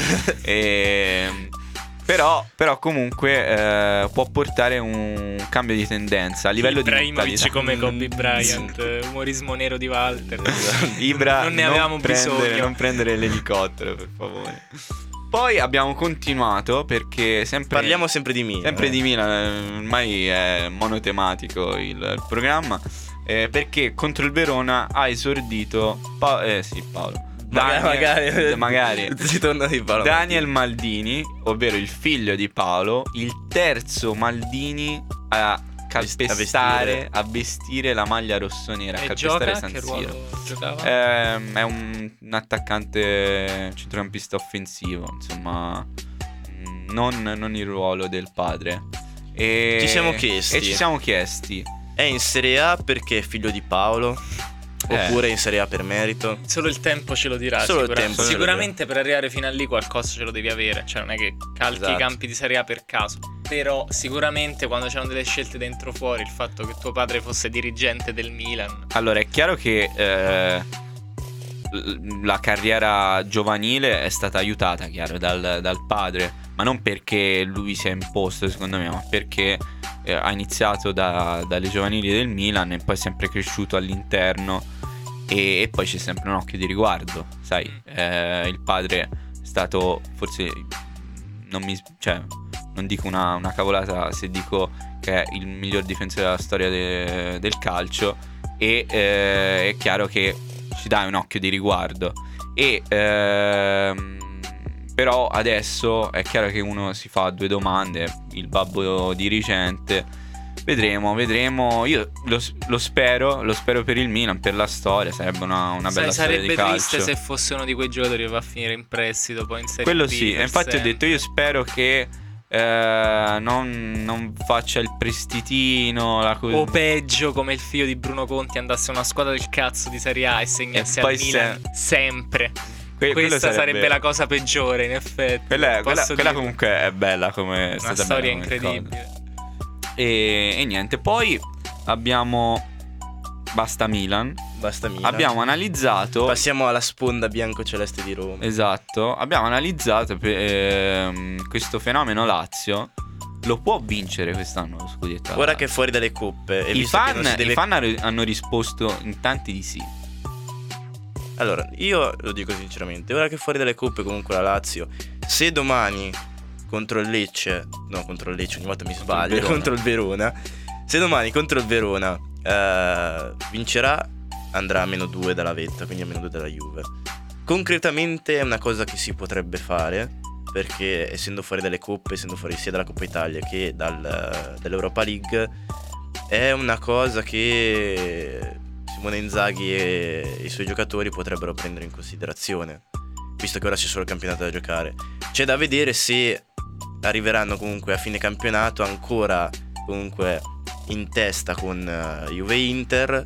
Però comunque può portare un cambio di tendenza a livello di Ibrahimovic mentalità. come Kobe Bryant, umorismo nero di Walter. Ibra, non ne avevamo bisogno. Non prendere l'elicottero, per favore. Poi abbiamo continuato perché Parliamo sempre di Milan. Sempre di Milan, ormai è monotematico il programma, perché contro il Verona ha esordito Paolo. Magari. Si torna di Paolo Daniel Maldini, ovvero il figlio di Paolo, il terzo Maldini a calpestare, a vestire la maglia rossonera, a E calpestare gioca? San Che Siro. ruolo giocava? È un attaccante centrocampista offensivo, insomma, non il ruolo del padre. Ci siamo chiesti. È in Serie A perché è figlio di Paolo? Oppure in Serie A per merito? Solo il tempo ce lo dirà. Solo il tempo ce lo Sicuramente per arrivare fino a lì qualcosa ce lo devi avere. Cioè non è che calchi Esatto. i campi di Serie A per caso. Però sicuramente quando c'erano delle scelte dentro fuori, il fatto che tuo padre fosse dirigente del Milan. Allora, è chiaro che la carriera giovanile è stata aiutata, chiaro, dal padre, ma non perché lui si è imposto, secondo me, ma perché ha iniziato dalle giovanili del Milan e poi è sempre cresciuto all'interno, e poi c'è sempre un occhio di riguardo, sai. Il padre è stato forse, non dico una cavolata se dico che è il miglior difensore della storia del calcio, e è chiaro che ci dai un occhio di riguardo. Però adesso è chiaro che uno si fa 2 domande: il babbo dirigente, vedremo. Io lo spero per il Milan, per la storia, sarebbe una bella storia di Sarebbe calcio. triste se fosse uno di quei giocatori che va a finire in prestito poi in Serie Quello B sì, per e infatti ho sempre. detto, io spero che non faccia il prestitino, O peggio, come il figlio di Bruno Conti andasse a una squadra del cazzo di Serie A e segnasse E poi al Milan sempre. quello Questa sarebbe la cosa peggiore, in effetti. Quella Posso quella dirlo. comunque è bella, come è Una stata storia bella come incredibile. cosa. E niente, poi abbiamo Basta Milan. Abbiamo analizzato. Passiamo alla sponda bianco-celeste di Roma. Esatto, abbiamo analizzato questo fenomeno Lazio. Lo può vincere quest'anno lo scudetto? Ora che è fuori dalle coppe e I visto che fan, non si deve... i fan hanno risposto in tanti di sì. Allora, io lo dico sinceramente, ora che è fuori dalle coppe comunque la Lazio, se domani contro il Lecce, ogni volta mi sbaglio, contro il Verona, se domani contro il Verona vincerà, andrà a -2 dalla Vetta, quindi a -2 dalla Juve. Concretamente è una cosa che si potrebbe fare, perché essendo fuori dalle coppe, essendo fuori sia dalla Coppa Italia che dall'Europa League, è una cosa che Simone Inzaghi e i suoi giocatori potrebbero prendere in considerazione, visto che ora c'è solo il campionato da giocare. C'è da vedere se arriveranno comunque a fine campionato ancora comunque in testa con Juve e Inter.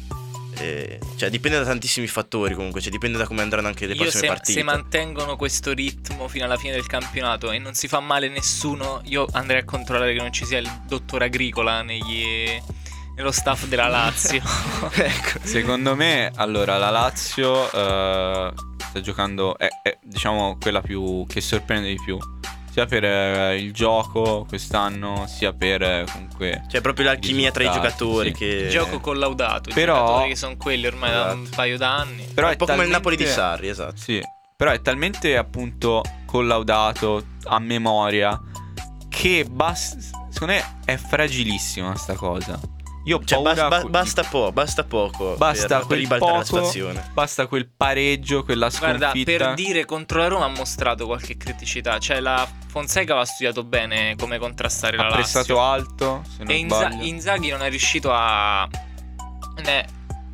Cioè dipende da tantissimi fattori, comunque, cioè dipende da come andranno anche le prossime partite. Se mantengono questo ritmo fino alla fine del campionato e non si fa male nessuno, io andrei a controllare che non ci sia il dottor Agricola nello staff della Lazio. Ecco. Secondo me, allora, la Lazio sta giocando, è diciamo quella più che sorprende di più, sia per il gioco quest'anno, sia per comunque, Cioè proprio l'alchimia tra i giocatori, sì. che Il gioco collaudato. Però- I giocatori che sono quelli ormai da un paio d'anni. però è è un po' come il Napoli di talmente- Sarri, esatto. Sì, però è talmente appunto collaudato a memoria che secondo me è fragilissima sta cosa. Io ho Cioè paura basta poco Basta per quel ribaltare la poco, situazione. basta quel pareggio, quella Guarda, sconfitta. per dire, contro la Roma ha mostrato qualche criticità. Cioè la Fonseca aveva studiato bene come contrastare la ha Lazio. pressato alto, se non E sbaglio. Inzaghi non è riuscito a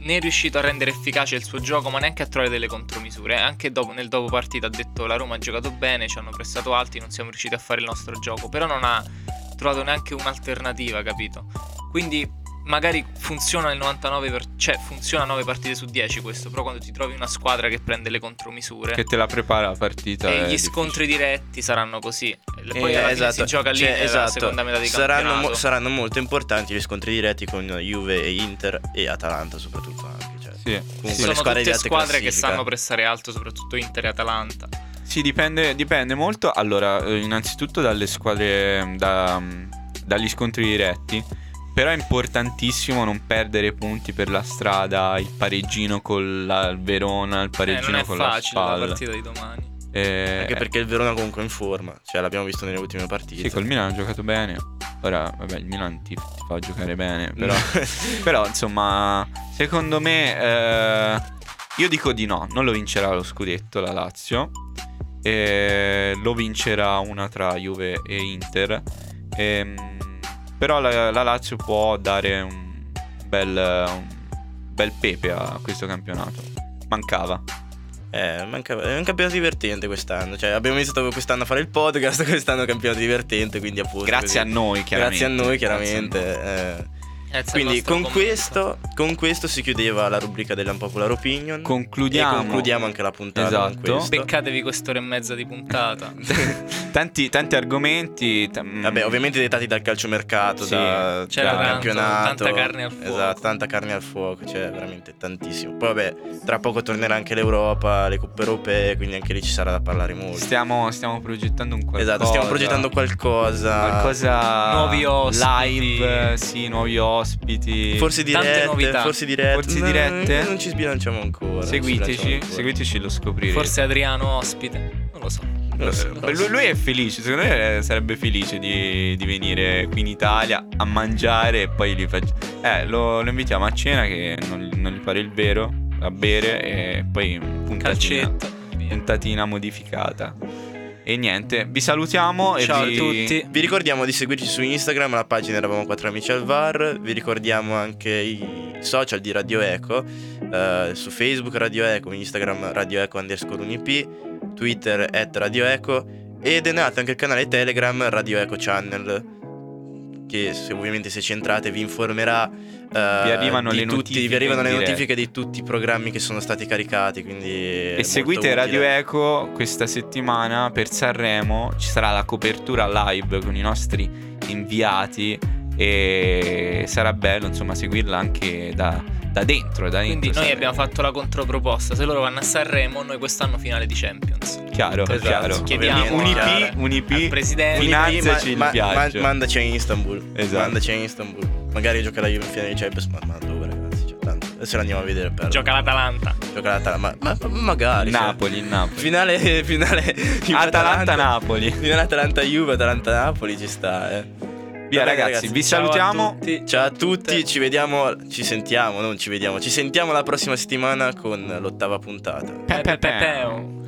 né è riuscito a rendere efficace il suo gioco, ma neanche a trovare delle contromisure. Anche nel dopo partita ha detto: la Roma ha giocato bene, ci hanno pressato alti, non siamo riusciti a fare il nostro gioco. Però non ha trovato neanche un'alternativa, capito? Quindi magari funziona il 99%, cioè funziona 9 partite su 10 questo, però quando ti trovi una squadra che prende le contromisure, Che te la prepara la partita. e è gli difficile. scontri diretti saranno così. E poi alla fine si gioca lì Cioè, nella seconda metà di campionato. saranno molto importanti gli scontri diretti con Juve e Inter e Atalanta soprattutto anche, cioè. Sì. Comunque Sì. Sono le squadre di tutte alta squadre che classifica. sanno pressare alto, soprattutto Inter e Atalanta. Sì, dipende molto. Allora, innanzitutto dalle squadre, dagli scontri diretti. Però è importantissimo non perdere punti per la strada, il pareggino con il Verona, il pareggino Non è con la facile la Spal. partita di domani. Anche perché il Verona comunque è in forma, cioè l'abbiamo visto nelle ultime partite. Sì, col Milan ha giocato bene. Ora, vabbè, il Milan ti fa giocare bene, però, però insomma, secondo me, io dico di no, non lo vincerà lo scudetto la Lazio, lo vincerà una tra Juve e Inter, però la Lazio può dare un bel pepe a questo campionato. Mancava. È un campionato divertente quest'anno. Cioè, abbiamo iniziato quest'anno a fare il podcast, quest'anno è un campionato divertente, quindi appunto. Grazie a noi, chiaramente. Grazie a noi, Grazie a chiaramente. Grazie al Quindi nostro con questo si chiudeva la rubrica dell'Unpopular Opinion. Concludiamo. E concludiamo anche la puntata con Esatto. questo. Beccatevi quest'ora e mezza di puntata. tanti argomenti. Vabbè, ovviamente dettati dal calciomercato, Sì, dal c'era campionato. tanta carne al fuoco. Esatto, tanta carne al fuoco, cioè veramente tantissimo. Poi vabbè, tra poco tornerà anche l'Europa, le coppe europee, quindi anche lì ci sarà da parlare molto. Stiamo progettando un qualcosa. Esatto, stiamo progettando qualcosa. Nuovi ospiti. Live, sì, nuovi ospiti. Forse Tante dirette, novità. forse dirette. No, dirette? Non ci sbilanciamo ancora. Seguiteci, lo scoprirete. Forse Adriano ospite. Non lo so. Lui è felice, secondo me sarebbe felice di venire qui in Italia a mangiare e poi lo invitiamo a cena che non gli pare il vero, a bere e poi Calcetto. puntatina modificata. E niente, vi salutiamo. Ciao e a tutti. Vi ricordiamo di seguirci su Instagram, la pagina Eravamo 4 Amici al VAR. Vi ricordiamo anche i social di Radio Eco, su Facebook Radio Eco, Instagram Radio Eco _UNIP, Twitter @Radio Eco, ed è nato anche il canale Telegram Radio Eco Channel, che ovviamente se ci entrate vi informerà. Vi arrivano le notifiche notifiche di tutti i programmi che sono stati caricati, quindi E seguite Radio Eco questa settimana per Sanremo. Ci sarà la copertura live con i nostri inviati e sarà bello insomma seguirla anche da dentro. Quindi noi Sanremo. abbiamo fatto la controproposta. Se loro vanno a Sanremo, noi quest'anno finale di Champions. Chiaro, Esatto. chiaro. Chiediamo un IP al presidente. finanziaci il viaggio. Mandaci a Istanbul. Esatto. Mandaci a Istanbul. Magari gioca la Juve in finale di Champions, ma dove ragazzi? Cioè, tanto. Adesso l'andiamo a vedere per. Gioca l'Atalanta. Gioca l'Atalanta, ma magari. Napoli. Finale Juve Atalanta-Napoli. Finale Atalanta-Juve, Atalanta-Napoli ci sta, Via Vabbè, ragazzi, vi ciao a salutiamo. tutti. Ciao a tutti, ci sentiamo la prossima settimana con l'8ª puntata. Pepe Pepeo.